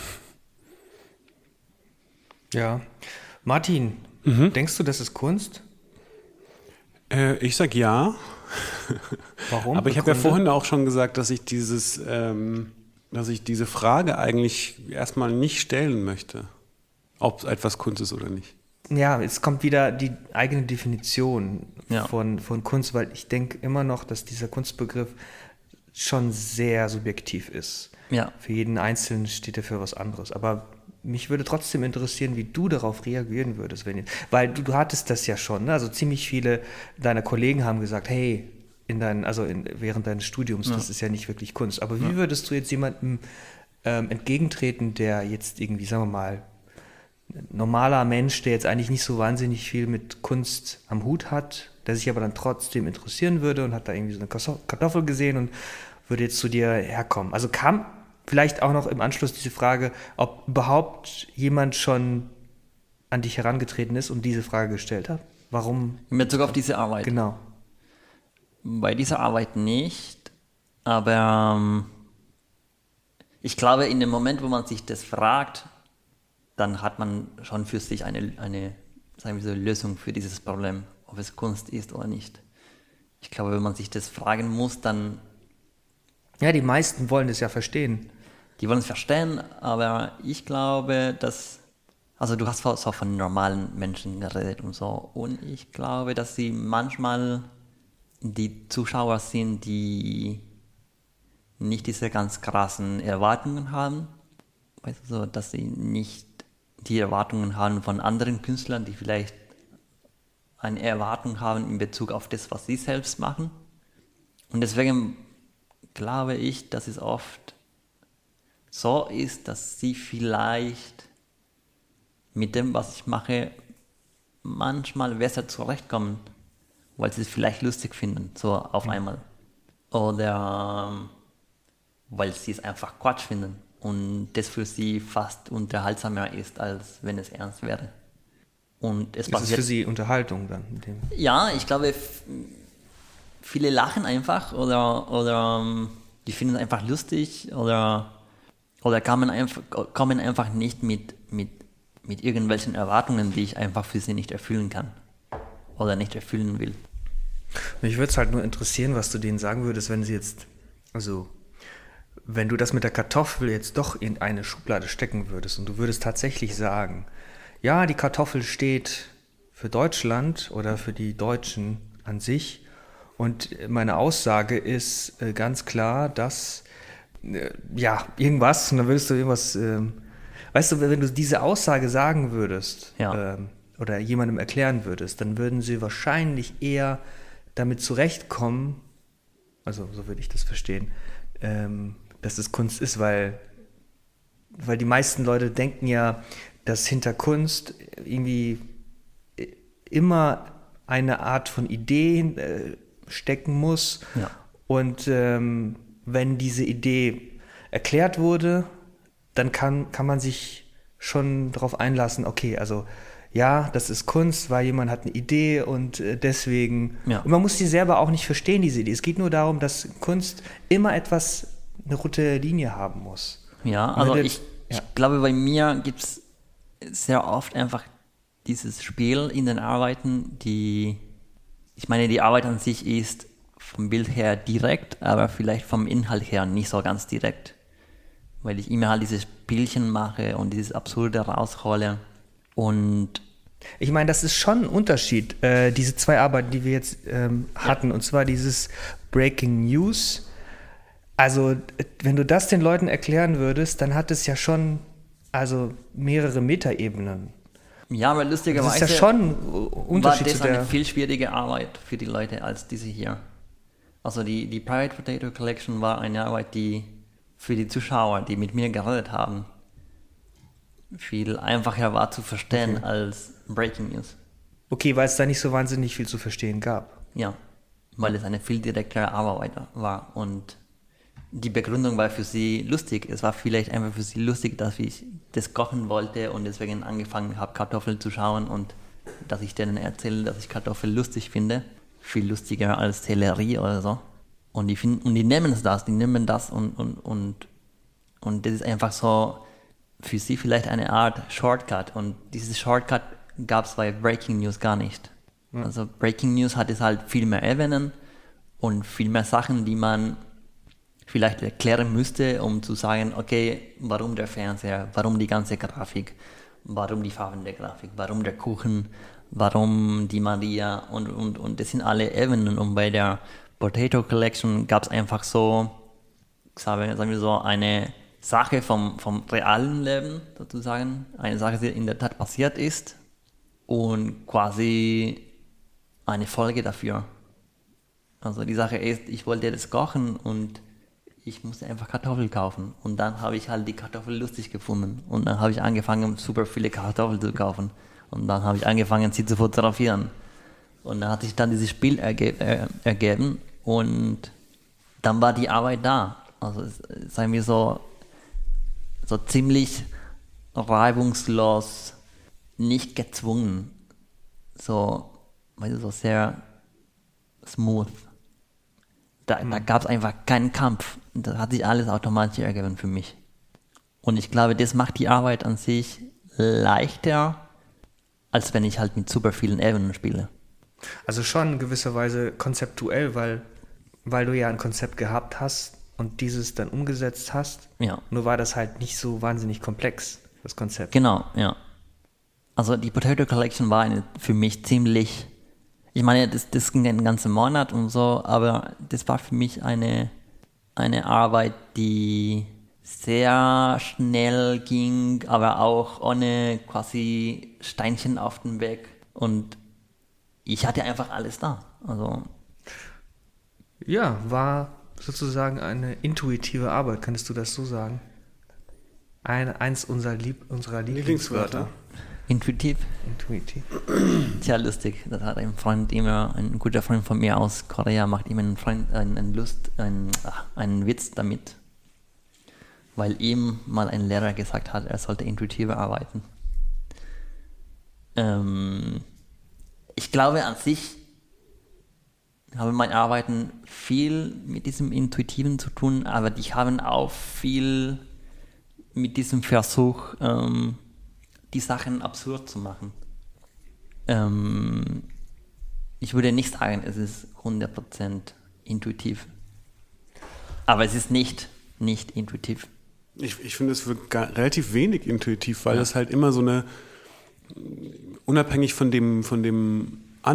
Ja. Martin, denkst du, das ist Kunst? Ich sag ja. Warum? Aber ich habe ja vorhin auch schon gesagt, dass ich diese Frage eigentlich erstmal nicht stellen möchte, ob etwas Kunst ist oder nicht. Ja, es kommt wieder die eigene Definition von Kunst, weil ich denke immer noch, dass dieser Kunstbegriff schon sehr subjektiv ist. Ja. Für jeden Einzelnen steht er für was anderes. Aber mich würde trotzdem interessieren, wie du darauf reagieren würdest, weil du hattest das ja schon, ne? Also ziemlich viele deiner Kollegen haben gesagt, hey, während deines Studiums, das ist ja nicht wirklich Kunst. Aber wie würdest du jetzt jemandem entgegentreten, der jetzt irgendwie, sagen wir mal, normaler Mensch, der jetzt eigentlich nicht so wahnsinnig viel mit Kunst am Hut hat, der sich aber dann trotzdem interessieren würde und hat da irgendwie so eine Kartoffel gesehen und würde jetzt zu dir herkommen. Also kam vielleicht auch noch im Anschluss diese Frage, ob überhaupt jemand schon an dich herangetreten ist und diese Frage gestellt hat? Warum? In Bezug auf diese Arbeit? Genau. Bei dieser Arbeit nicht, aber ich glaube, in dem Moment, wo man sich das fragt, dann hat man schon für sich eine sagen wir so, Lösung für dieses Problem, ob es Kunst ist oder nicht. Ich glaube, wenn man sich das fragen muss, dann... Ja, die meisten wollen es ja verstehen. Die wollen es verstehen, aber ich glaube, dass... Also du hast so von normalen Menschen geredet und so. Und ich glaube, dass sie manchmal die Zuschauer sind, die nicht diese ganz krassen Erwartungen haben. Weißt du, so, dass sie nicht die Erwartungen haben von anderen Künstlern, die vielleicht eine Erwartung haben in Bezug auf das, was sie selbst machen. Und deswegen glaube ich, dass es oft so ist, dass sie vielleicht mit dem, was ich mache, manchmal besser zurechtkommen, weil sie es vielleicht lustig finden, so auf einmal. Oder weil sie es einfach Quatsch finden und das für sie fast unterhaltsamer ist, als wenn es ernst wäre. Und es Ist es für sie Unterhaltung dann? Ja, ich glaube, viele lachen einfach oder die finden es einfach lustig oder kommen einfach nicht mit irgendwelchen Erwartungen, die ich einfach für sie nicht erfüllen kann oder nicht erfüllen will. Mich würde es halt nur interessieren, was du denen sagen würdest, wenn sie jetzt, also wenn du das mit der Kartoffel jetzt doch in eine Schublade stecken würdest und du würdest tatsächlich sagen, ja, die Kartoffel steht für Deutschland oder für die Deutschen an sich und meine Aussage ist ganz klar, dass, ja, irgendwas, und dann würdest du irgendwas, weißt du, wenn du diese Aussage sagen würdest oder jemandem erklären würdest, dann würden sie wahrscheinlich eher damit zurechtkommen, also so würde ich das verstehen, dass es Kunst ist, weil die meisten Leute denken ja, dass hinter Kunst irgendwie immer eine Art von Idee stecken muss. Ja. Und wenn diese Idee erklärt wurde, dann kann man sich schon darauf einlassen, okay, also ja, das ist Kunst, weil jemand hat eine Idee und deswegen, und man muss die selber auch nicht verstehen, diese Idee. Es geht nur darum, dass Kunst immer eine rote Linie haben muss. Ja, also ich glaube, bei mir gibt es sehr oft einfach dieses Spiel in den Arbeiten, die Arbeit an sich ist vom Bild her direkt, aber vielleicht vom Inhalt her nicht so ganz direkt. Weil ich immer halt dieses Spielchen mache und dieses Absurde raushole. Und ich meine, das ist schon ein Unterschied, diese zwei Arbeiten, die wir jetzt hatten, und zwar dieses Breaking News. Also, wenn du das den Leuten erklären würdest, dann hat es ja schon mehrere Metaebenen. Ja, aber lustigerweise das ist ja schon ein Unterschied war das eine viel schwierige Arbeit für die Leute als diese hier. Also die Private Potato Collection war eine Arbeit, die für die Zuschauer, die mit mir geredet haben, viel einfacher war zu verstehen als Breaking News. Okay, weil es da nicht so wahnsinnig viel zu verstehen gab. Ja, weil es eine viel direktere Arbeit war und die Begründung war für sie lustig. Es war vielleicht einfach für sie lustig, dass ich das kochen wollte und deswegen angefangen habe, Kartoffeln zu schauen und dass ich denen erzähle, dass ich Kartoffeln lustig finde. Viel lustiger als Sellerie oder so. Und die nehmen das und das ist einfach so für sie vielleicht eine Art Shortcut. Und dieses Shortcut gab es bei Breaking News gar nicht. Ja. Also Breaking News hat es halt viel mehr Ebenen und viel mehr Sachen, die man vielleicht erklären müsste, um zu sagen, okay, warum der Fernseher, warum die ganze Grafik, warum die Farben der Grafik, warum der Kuchen, warum die Maria und das sind alle Ebenen. Und bei der Potato Collection gab es einfach so, sagen wir so, eine Sache vom realen Leben sozusagen, eine Sache, die in der Tat passiert ist und quasi eine Folge dafür. Also die Sache ist, ich wollte das kochen und ich musste einfach Kartoffeln kaufen und dann habe ich halt die Kartoffeln lustig gefunden und dann habe ich angefangen, super viele Kartoffeln zu kaufen und dann habe ich angefangen, sie zu fotografieren und dann hat sich dann dieses Spiel ergeben und dann war die Arbeit da. Also sagen wir so ziemlich reibungslos, nicht gezwungen, so sehr smooth. Da gab es einfach keinen Kampf. Das hat sich alles automatisch ergeben für mich. Und ich glaube, das macht die Arbeit an sich leichter, als wenn ich halt mit super vielen Ebenen spiele. Also schon in gewisser Weise konzeptuell, weil du ja ein Konzept gehabt hast und dieses dann umgesetzt hast. Ja. Nur war das halt nicht so wahnsinnig komplex, das Konzept. Genau, ja. Also die Potato Collection war für mich ziemlich... Ich meine, das ging den ganzen Monat und so, aber das war für mich eine Arbeit, die sehr schnell ging, aber auch ohne quasi Steinchen auf dem Weg. Und ich hatte einfach alles da. Also ja, war sozusagen eine intuitive Arbeit, könntest du das so sagen? eins unserer Lieblingswörter. Intuitiv. Tja, lustig. Das hat ein guter Freund von mir aus Korea, macht immer einen Witz damit, weil ihm mal ein Lehrer gesagt hat, er sollte intuitiver arbeiten. Ich glaube, an sich habe mein Arbeiten viel mit diesem Intuitiven zu tun, aber die haben auch viel mit diesem Versuch, die Sachen absurd zu machen. Ich würde nicht sagen, es ist 100% intuitiv. Aber es ist nicht intuitiv. Ich finde, es wird relativ wenig intuitiv, weil es halt immer so eine, unabhängig von der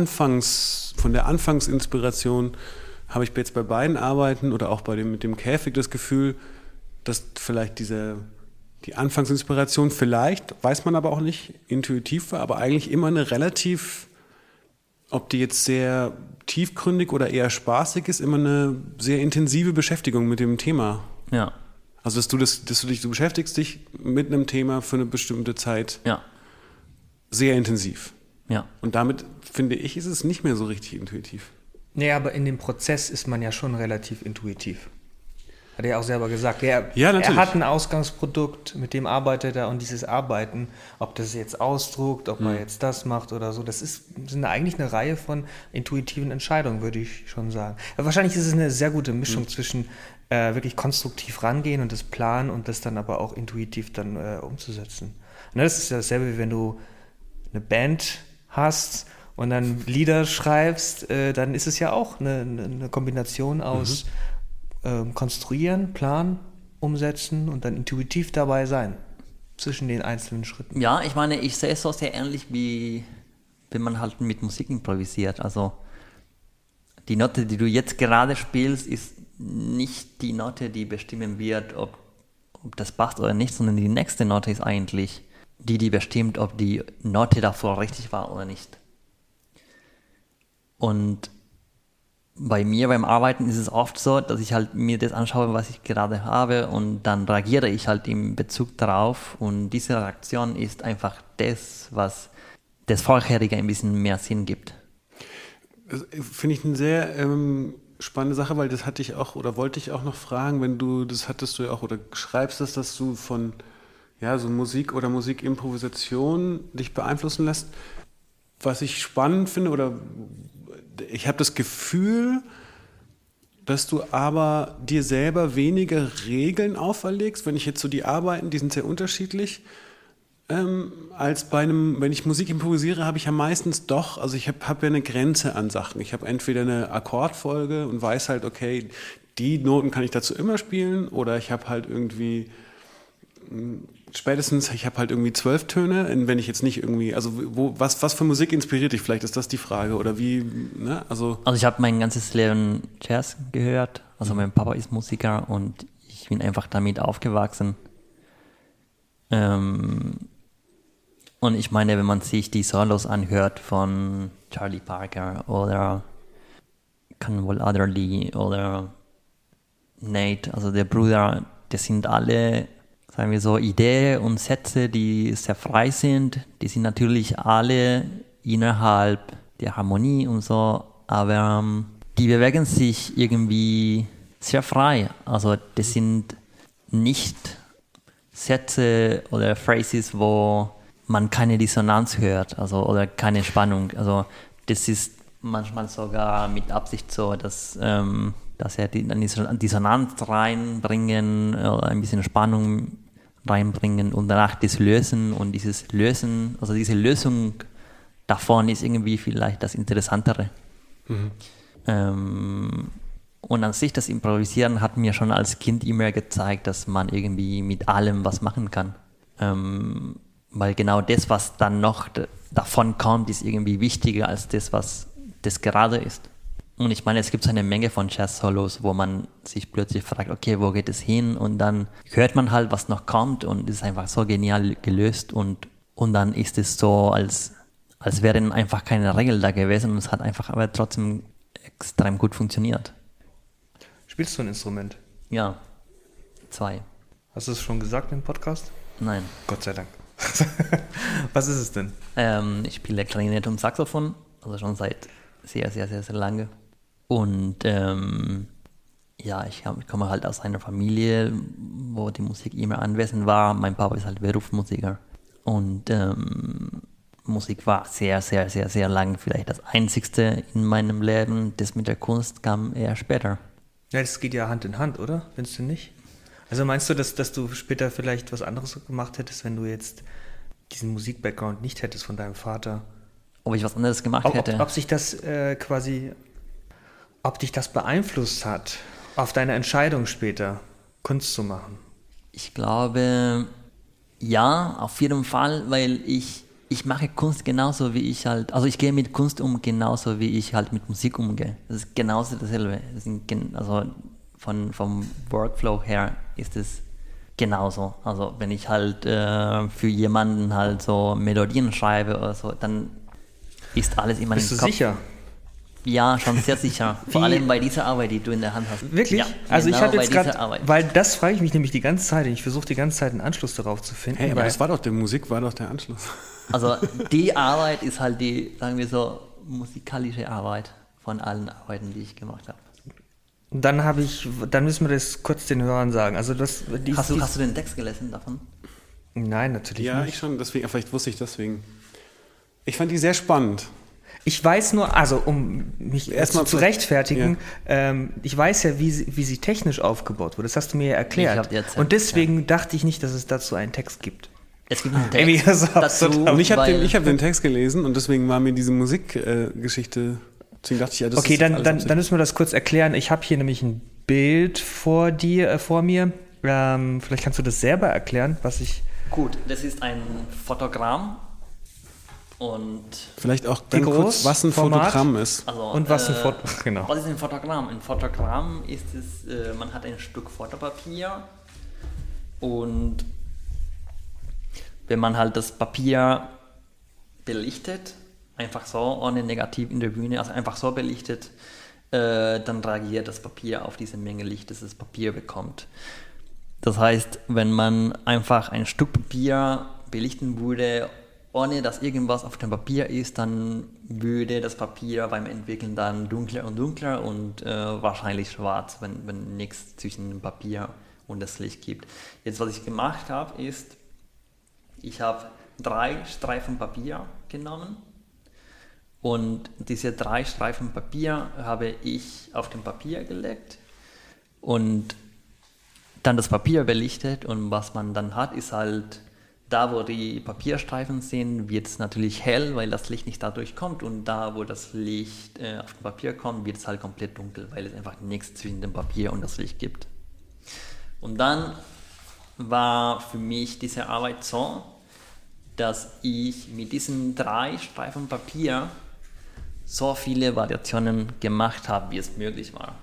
Anfangsinspiration, habe ich jetzt bei beiden Arbeiten oder auch mit dem Käfig das Gefühl, dass vielleicht die Anfangsinspiration vielleicht, weiß man aber auch nicht, intuitiv war, aber eigentlich immer eine relativ, ob die jetzt sehr tiefgründig oder eher spaßig ist, immer eine sehr intensive Beschäftigung mit dem Thema. Ja. Also du beschäftigst dich mit einem Thema für eine bestimmte Zeit sehr intensiv. Ja. Und damit, finde ich, ist es nicht mehr so richtig intuitiv. Nee, aber in dem Prozess ist man ja schon relativ intuitiv. Hat er ja auch selber gesagt. Er hat ein Ausgangsprodukt, mit dem arbeitet er, und dieses Arbeiten, ob das jetzt ausdruckt, ob er jetzt das macht oder so, sind eigentlich eine Reihe von intuitiven Entscheidungen, würde ich schon sagen. Aber wahrscheinlich ist es eine sehr gute Mischung zwischen wirklich konstruktiv rangehen und das planen und das dann aber auch intuitiv dann umzusetzen. Und das ist ja dasselbe, wie wenn du eine Band hast und dann Lieder schreibst, dann ist es ja auch eine Kombination aus konstruieren, planen, umsetzen und dann intuitiv dabei sein zwischen den einzelnen Schritten. Ja, ich meine, ich sehe es so sehr ähnlich, wie wenn man halt mit Musik improvisiert. Also die Note, die du jetzt gerade spielst, ist nicht die Note, die bestimmen wird, ob das passt oder nicht, sondern die nächste Note ist eigentlich die bestimmt, ob die Note davor richtig war oder nicht. Und bei mir beim Arbeiten ist es oft so, dass ich halt mir das anschaue, was ich gerade habe, und dann reagiere ich halt in Bezug darauf, und diese Reaktion ist einfach das, was das Vorherige ein bisschen mehr Sinn gibt. Das finde ich eine sehr spannende Sache, weil das hatte ich auch oder wollte ich auch noch fragen, das hattest du ja auch oder schreibst das, dass du von so Musik oder Musikimprovisation dich beeinflussen lässt. Was ich spannend finde, oder ich habe das Gefühl, dass du aber dir selber weniger Regeln auferlegst, wenn ich jetzt so die Arbeiten, die sind sehr unterschiedlich, als wenn ich Musik improvisiere, habe ich ja meistens also ich habe ja eine Grenze an Sachen. Ich habe entweder eine Akkordfolge und weiß halt, okay, die Noten kann ich dazu immer spielen, oder ich habe halt irgendwie ich habe halt irgendwie 12 Töne, wenn ich jetzt nicht irgendwie, also was für Musik inspiriert dich? Vielleicht ist das die Frage, oder wie, ne? Also ich habe mein ganzes Leben Jazz gehört, also mein Papa ist Musiker und ich bin einfach damit aufgewachsen. Und ich meine, wenn man sich die Solos anhört von Charlie Parker oder Conwell Adderley oder Nate, also der Bruder, das sind alle, sagen wir so, Ideen und Sätze, die sehr frei sind. Die sind natürlich alle innerhalb der Harmonie und so, aber die bewegen sich irgendwie sehr frei. Also das sind nicht Sätze oder Phrases, wo man keine Dissonanz hört, also oder keine Spannung. Also das ist manchmal sogar mit Absicht so, dass er die Dissonanz reinbringen oder ein bisschen Spannung reinbringen und danach das Lösen, und dieses Lösen, also diese Lösung davon ist irgendwie vielleicht das Interessantere. Und an sich das Improvisieren hat mir schon als Kind immer gezeigt, dass man irgendwie mit allem was machen kann. Weil genau das, was dann noch davon kommt, ist irgendwie wichtiger als das, was das gerade ist. Und ich meine, es gibt so eine Menge von Jazz-Solos, wo man sich plötzlich fragt, okay, wo geht es hin? Und dann hört man halt, was noch kommt, und es ist einfach so genial gelöst, und dann ist es so, als wären einfach keine Regeln da gewesen, und es hat einfach aber trotzdem extrem gut funktioniert. Spielst du ein Instrument? Ja, 2. Hast du es schon gesagt im Podcast? Nein. Gott sei Dank. Was ist es denn? Ich spiele Klarinette und Saxophon, also schon seit sehr, sehr, sehr, sehr lange. Und ich komme halt aus einer Familie, wo die Musik immer anwesend war. Mein Papa ist halt Berufsmusiker. Und Musik war sehr, sehr, sehr, sehr lang vielleicht das Einzigste in meinem Leben. Das mit der Kunst kam eher später. Ja, das geht ja Hand in Hand, oder? Findest du nicht? Also meinst du, dass du später vielleicht was anderes gemacht hättest, wenn du jetzt diesen Musik-Background nicht hättest von deinem Vater? Ob ich was anderes gemacht hätte? Ob sich das ob dich das beeinflusst hat auf deine Entscheidung später, Kunst zu machen? Ich glaube, ja, auf jeden Fall, weil ich mache Kunst genauso wie ich halt, also ich gehe mit Kunst um genauso wie ich halt mit Musik umgehe. Das ist genauso dasselbe. Also vom Workflow her ist es genauso. Also wenn ich halt für jemanden halt so Melodien schreibe oder so, dann ist alles immer im Kopf. Bist du sicher? Ja, schon sehr sicher. Vor allem bei dieser Arbeit, die du in der Hand hast. Wirklich? Ja, also genau ich habe jetzt bei dieser gerade, Arbeit. weil das frage ich mich nämlich die ganze Zeit. Ich versuche die ganze Zeit einen Anschluss darauf zu finden. Hey, aber das war doch, die Musik war doch der Anschluss. Also die Arbeit ist halt die, sagen wir so, musikalische Arbeit von allen Arbeiten, die ich gemacht habe. Dann müssen wir das kurz den Hörern sagen. Also hast du den Text gelesen davon? Nein, natürlich nicht. Ja, ich schon, deswegen, vielleicht wusste ich deswegen. Ich fand die sehr spannend. Ich weiß nur, also um mich erstmal zu rechtfertigen, ich weiß ja, wie sie technisch aufgebaut wurde. Das hast du mir ja erklärt. Und deswegen dachte ich nicht, dass es dazu einen Text gibt. Es gibt einen Text dazu. Und ich habe den Text gelesen und deswegen war mir diese Musikgeschichte, deswegen dachte ich, ja, das okay, ist dann müssen wir das kurz erklären. Ich habe hier nämlich ein Bild vor mir. Vielleicht kannst du das selber erklären, was ich... Gut, das ist ein Fotogramm. Und vielleicht auch dann kurz, was ein Fotogramm ist. Also, und was ein Fotogramm, genau. Was ist ein Fotogramm? Ein Fotogramm ist es, man hat ein Stück Fotopapier und wenn man halt das Papier belichtet, einfach so, ohne Negativ in der Bühne, also einfach so belichtet, dann reagiert das Papier auf diese Menge Licht, das das Papier bekommt. Das heißt, wenn man einfach ein Stück Papier belichten würde, ohne dass irgendwas auf dem Papier ist, dann würde das Papier beim Entwickeln dann dunkler und dunkler und wahrscheinlich schwarz, wenn nichts zwischen dem Papier und das Licht gibt. Jetzt, was ich gemacht habe, ist, ich habe 3 Streifen Papier genommen und diese 3 Streifen Papier habe ich auf dem Papier gelegt und dann das Papier belichtet und was man dann hat, ist halt da, wo die Papierstreifen sind, wird es natürlich hell, weil das Licht nicht dadurch kommt und da, wo das Licht auf dem Papier kommt, wird es halt komplett dunkel, weil es einfach nichts zwischen dem Papier und das Licht gibt. Und dann war für mich diese Arbeit so, dass ich mit diesen 3 Streifen Papier so viele Variationen gemacht habe, wie es möglich war.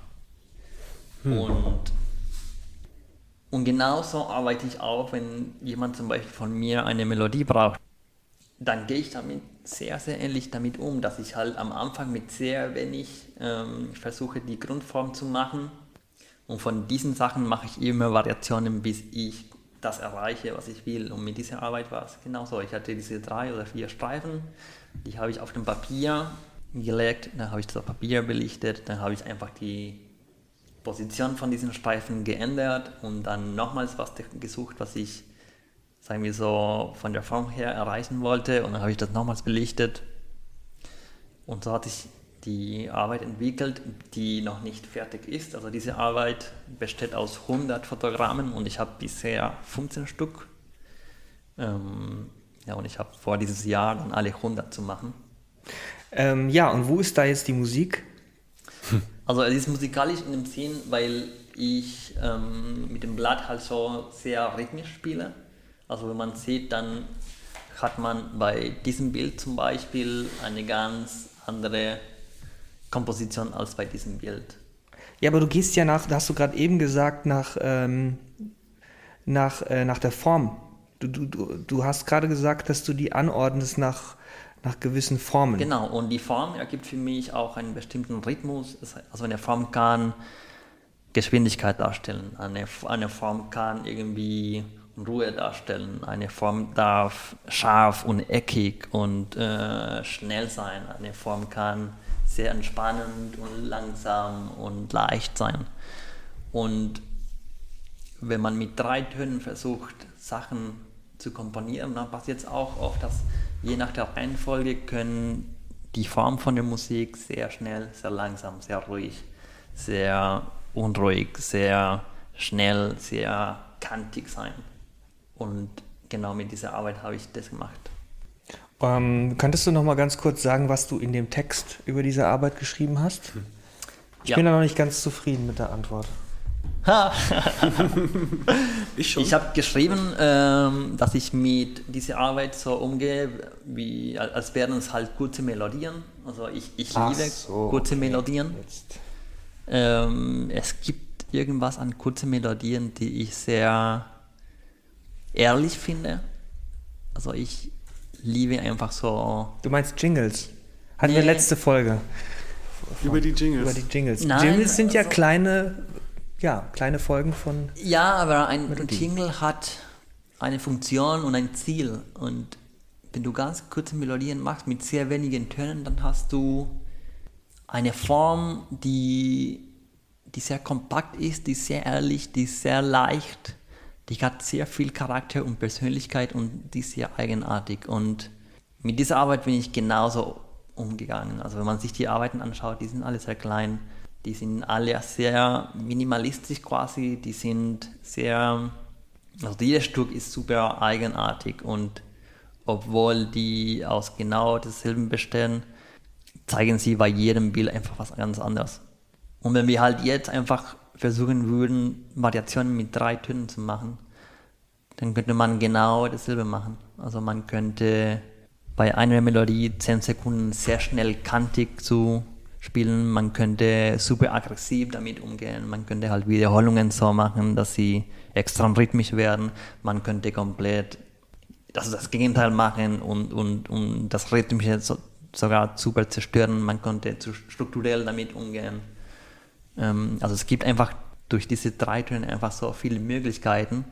Und genauso arbeite ich auch, wenn jemand zum Beispiel von mir eine Melodie braucht. Dann gehe ich damit sehr, sehr ähnlich damit um, dass ich halt am Anfang mit sehr wenig versuche, die Grundform zu machen. Und von diesen Sachen mache ich immer Variationen, bis ich das erreiche, was ich will. Und mit dieser Arbeit war es genauso. Ich hatte diese 3 oder 4 Streifen, die habe ich auf dem Papier gelegt, dann habe ich das Papier belichtet, dann habe ich einfach die Position von diesen Streifen geändert und dann nochmals was gesucht, was ich, sagen wir so, von der Form her erreichen wollte und dann habe ich das nochmals belichtet und so hat sich die Arbeit entwickelt, die noch nicht fertig ist. Also diese Arbeit besteht aus 100 Fotogrammen und ich habe bisher 15 Stück. Und ich habe vor, dieses Jahr dann alle 100 zu machen. Und wo ist da jetzt die Musik? Also es ist musikalisch in dem Sinn, weil ich mit dem Blatt halt so sehr rhythmisch spiele. Also wenn man sieht, dann hat man bei diesem Bild zum Beispiel eine ganz andere Komposition als bei diesem Bild. Ja, aber du gehst ja nach, hast du gerade eben gesagt, nach der Form. Du hast gerade gesagt, dass du die anordnest nach gewissen Formen. Genau, und die Form ergibt für mich auch einen bestimmten Rhythmus. Also eine Form kann Geschwindigkeit darstellen, eine Form kann irgendwie Ruhe darstellen. Eine Form darf scharf und eckig und schnell sein. Eine Form kann sehr entspannend und langsam und leicht sein. Und wenn man mit 3 Tönen versucht, Sachen zu komponieren, dann passiert es auch oft, dass je nach der Reihenfolge können die Form von der Musik sehr schnell, sehr langsam, sehr ruhig, sehr unruhig, sehr schnell, sehr kantig sein. Und genau mit dieser Arbeit habe ich das gemacht. Könntest du noch mal ganz kurz sagen, was du in dem Text über diese Arbeit geschrieben hast? Ich bin da noch nicht ganz zufrieden mit der Antwort. Ich schon. Ich habe geschrieben, dass ich mit dieser Arbeit so umgehe, als wären es halt kurze Melodien. Also ich liebe kurze Melodien. Es gibt irgendwas an kurzen Melodien, die ich sehr ehrlich finde. Also ich liebe einfach so... Du meinst Jingles? Hatten wir letzte Folge. Über die Jingles. Über die Jingles. Nein, Jingles sind ja kleine Folgen von... Ja, aber ein Jingle hat eine Funktion und ein Ziel. Und wenn du ganz kurze Melodien machst mit sehr wenigen Tönen, dann hast du eine Form, die sehr kompakt ist, die sehr ehrlich, die sehr leicht, die hat sehr viel Charakter und Persönlichkeit und die ist sehr eigenartig. Und mit dieser Arbeit bin ich genauso umgegangen. Also wenn man sich die Arbeiten anschaut, die sind alle sehr klein, die sind alle sehr minimalistisch quasi, die sind sehr, also jedes Stück ist super eigenartig und obwohl die aus genau desselben bestehen, zeigen sie bei jedem Bild einfach was ganz anderes. Und wenn wir halt jetzt einfach versuchen würden, Variationen mit 3 Tönen zu machen, dann könnte man genau dasselbe machen. Also man könnte bei einer Melodie 10 Sekunden sehr schnell kantig zu spielen, man könnte super aggressiv damit umgehen, man könnte halt Wiederholungen so machen, dass sie extrem rhythmisch werden, man könnte komplett das Gegenteil machen und das Rhythmische sogar super zerstören, man könnte strukturell damit umgehen. Also es gibt einfach durch diese 3 Töne einfach so viele Möglichkeiten.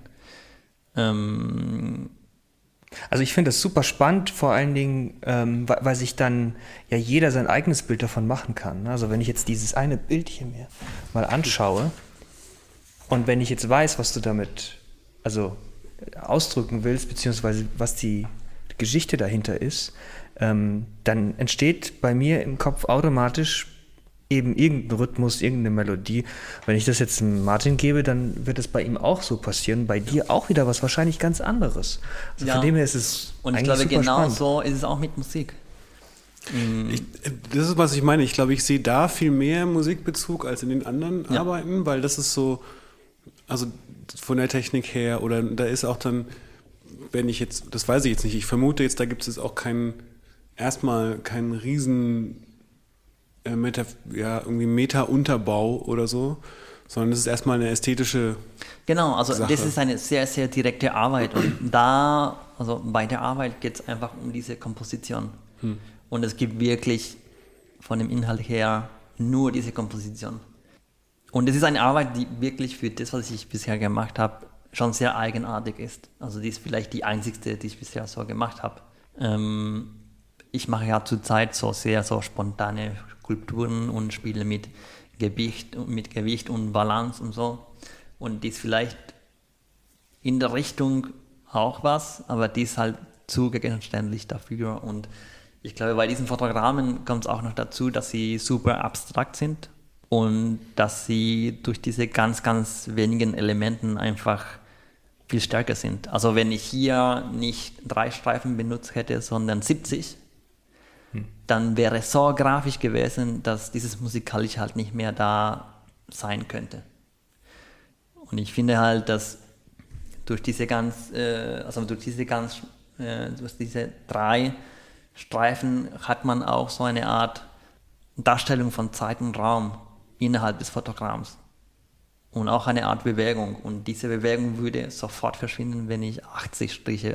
Also ich finde das super spannend, vor allen Dingen, weil sich dann ja jeder sein eigenes Bild davon machen kann. Also wenn ich jetzt dieses eine Bildchen mir mal anschaue und wenn ich jetzt weiß, was du damit ausdrücken willst, beziehungsweise was die Geschichte dahinter ist, dann entsteht bei mir im Kopf automatisch eben irgendein Rhythmus, irgendeine Melodie. Wenn ich das jetzt Martin gebe, dann wird es bei ihm auch so passieren, bei dir auch wieder was wahrscheinlich ganz anderes. Also ja. Von dem her ist es und ich eigentlich glaube, super genau spannend. so ist es auch mit Musik. Das ist, was ich meine. Ich glaube, ich sehe da viel mehr Musikbezug als in den anderen Arbeiten, weil das ist so, also von der Technik her, oder da ist auch dann, wenn ich jetzt, das weiß ich jetzt nicht, ich vermute jetzt, da gibt es jetzt auch keinen riesen irgendwie Meta-Unterbau oder so, sondern es ist erstmal eine ästhetische Genau, also Sache. Das ist eine sehr, sehr direkte Arbeit und bei der Arbeit geht es einfach um diese Komposition. Und es gibt wirklich von dem Inhalt her nur diese Komposition. Und es ist eine Arbeit, die wirklich für das, was ich bisher gemacht habe, schon sehr eigenartig ist. Also die ist vielleicht die einzigste, die ich bisher so gemacht habe. Ich mache ja zurzeit so sehr so spontane Skulpturen und spiele mit Gewicht und Balance und so. Und die ist vielleicht in der Richtung auch was, aber die ist halt zu gegenständlich dafür. Und ich glaube, bei diesen Fotogrammen kommt es auch noch dazu, dass sie super abstrakt sind und dass sie durch diese ganz, ganz wenigen Elementen einfach viel stärker sind. Also wenn ich hier nicht 3 Streifen benutzt hätte, sondern 70, dann wäre es so grafisch gewesen, dass dieses musikalisch halt nicht mehr da sein könnte. Und ich finde halt, dass durch diese 3 Streifen hat man auch so eine Art Darstellung von Zeit und Raum innerhalb des Fotogramms. Und auch eine Art Bewegung. Und diese Bewegung würde sofort verschwinden, wenn ich 80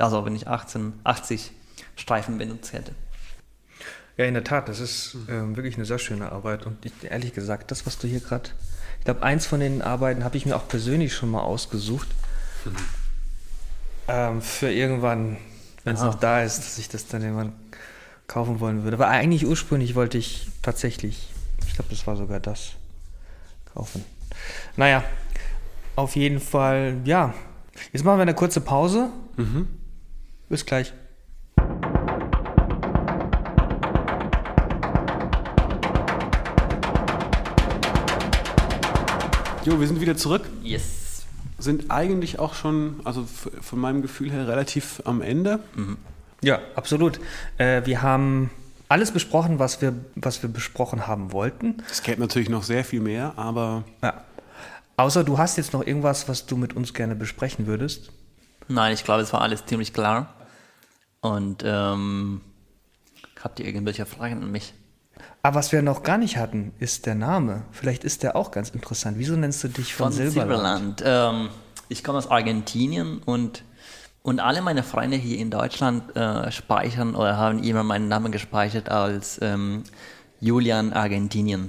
Streifen benutzt hätte. Ja, in der Tat, das ist wirklich eine sehr schöne Arbeit. Und ehrlich gesagt, das, was du hier gerade... Ich glaube, eins von den Arbeiten habe ich mir auch persönlich schon mal ausgesucht. Für irgendwann, wenn es noch da ist, dass ich das dann irgendwann kaufen wollen würde. Aber eigentlich ursprünglich wollte ich tatsächlich, ich glaube, das war sogar das, kaufen. Naja, auf jeden Fall, ja. Jetzt machen wir eine kurze Pause. Bis gleich. Jo, wir sind wieder zurück. Yes. Sind eigentlich auch schon, also von meinem Gefühl her, relativ am Ende. Ja, absolut. Wir haben alles besprochen, was wir besprochen haben wollten. Es gäbe natürlich noch sehr viel mehr, aber Ja. Außer du hast jetzt noch irgendwas, was du mit uns gerne besprechen würdest. Nein, ich glaube, es war alles ziemlich klar. Und habt ihr irgendwelche Fragen an mich? Aber was wir noch gar nicht hatten, ist der Name. Vielleicht ist der auch ganz interessant. Wieso nennst du dich von Silberland? Ich komme aus Argentinien und alle meine Freunde hier in Deutschland speichern oder haben immer meinen Namen gespeichert als Julian Argentinien.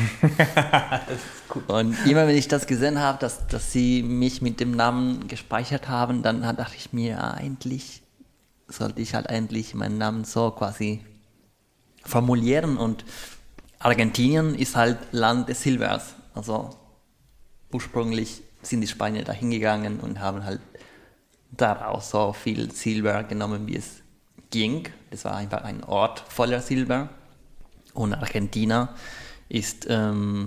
Das ist cool. Und immer wenn ich das gesehen habe, dass sie mich mit dem Namen gespeichert haben, dann dachte ich mir, eigentlich sollte ich halt eigentlich meinen Namen so quasi formulieren. Und Argentinien ist halt Land des Silbers. Also ursprünglich sind die Spanier da hingegangen und haben halt daraus so viel Silber genommen, wie es ging. Das war einfach ein Ort voller Silber. Und Argentina ist, sagen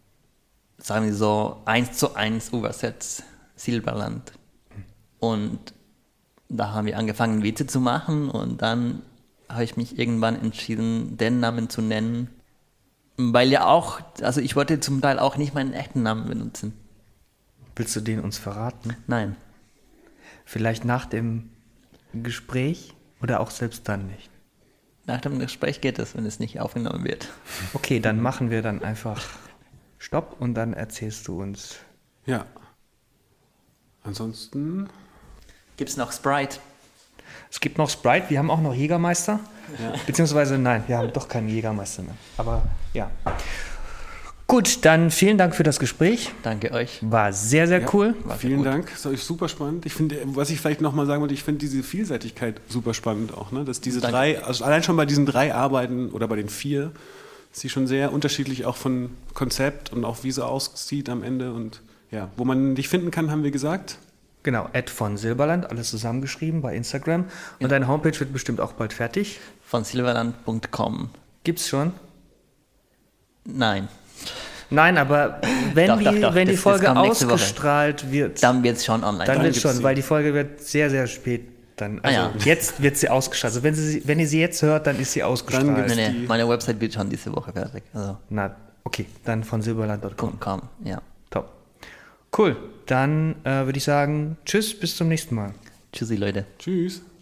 wir so, 1:1 übersetzt Silberland. Und da haben wir angefangen, Witze zu machen und dann habe ich mich irgendwann entschieden, den Namen zu nennen, weil ja auch, also ich wollte zum Teil auch nicht meinen echten Namen benutzen. Willst du den uns verraten? Nein. Vielleicht nach dem Gespräch oder auch selbst dann nicht? Nach dem Gespräch geht es, wenn es nicht aufgenommen wird. Okay, dann machen wir dann einfach Stopp und dann erzählst du uns. ja. Ansonsten, Gibt es noch Sprite? Es gibt noch Sprite, wir haben auch noch Jägermeister. Beziehungsweise nein, wir haben doch keinen Jägermeister mehr. Aber ja. Gut, dann vielen Dank für das Gespräch. Danke euch. War sehr, sehr cool. War vielen gut. Dank. Das ist super spannend. Ich finde, was ich vielleicht nochmal sagen wollte, ich finde diese Vielseitigkeit super spannend auch, ne? Dass diese Danke. 3, also allein schon bei diesen 3 Arbeiten oder bei den 4, ist sie schon sehr unterschiedlich auch von Konzept und auch wie sie aussieht am Ende und ja, wo man dich finden kann, haben wir gesagt. Genau, von Silberland, alles zusammengeschrieben bei Instagram. Und deine Homepage wird bestimmt auch bald fertig. Von silverland.com. Gibt's schon? Nein. Nein, aber wenn Doch, die, doch, wenn die das Folge kommt nächste Woche. ausgestrahlt wird, Dann wird es schon online. dann wird gibt's schon, sie. weil die Folge wird sehr, sehr spät dann. Also ja. jetzt wird sie ausgestrahlt. Also wenn ihr sie jetzt hört, dann ist sie ausgestrahlt. gibt's- Nee, die- meine Website wird schon diese Woche fertig. Also Na, okay, dann von silberland.com. .com, ja. Top. Cool, dann würde ich sagen, tschüss, bis zum nächsten Mal. Tschüssi, Leute. Tschüss.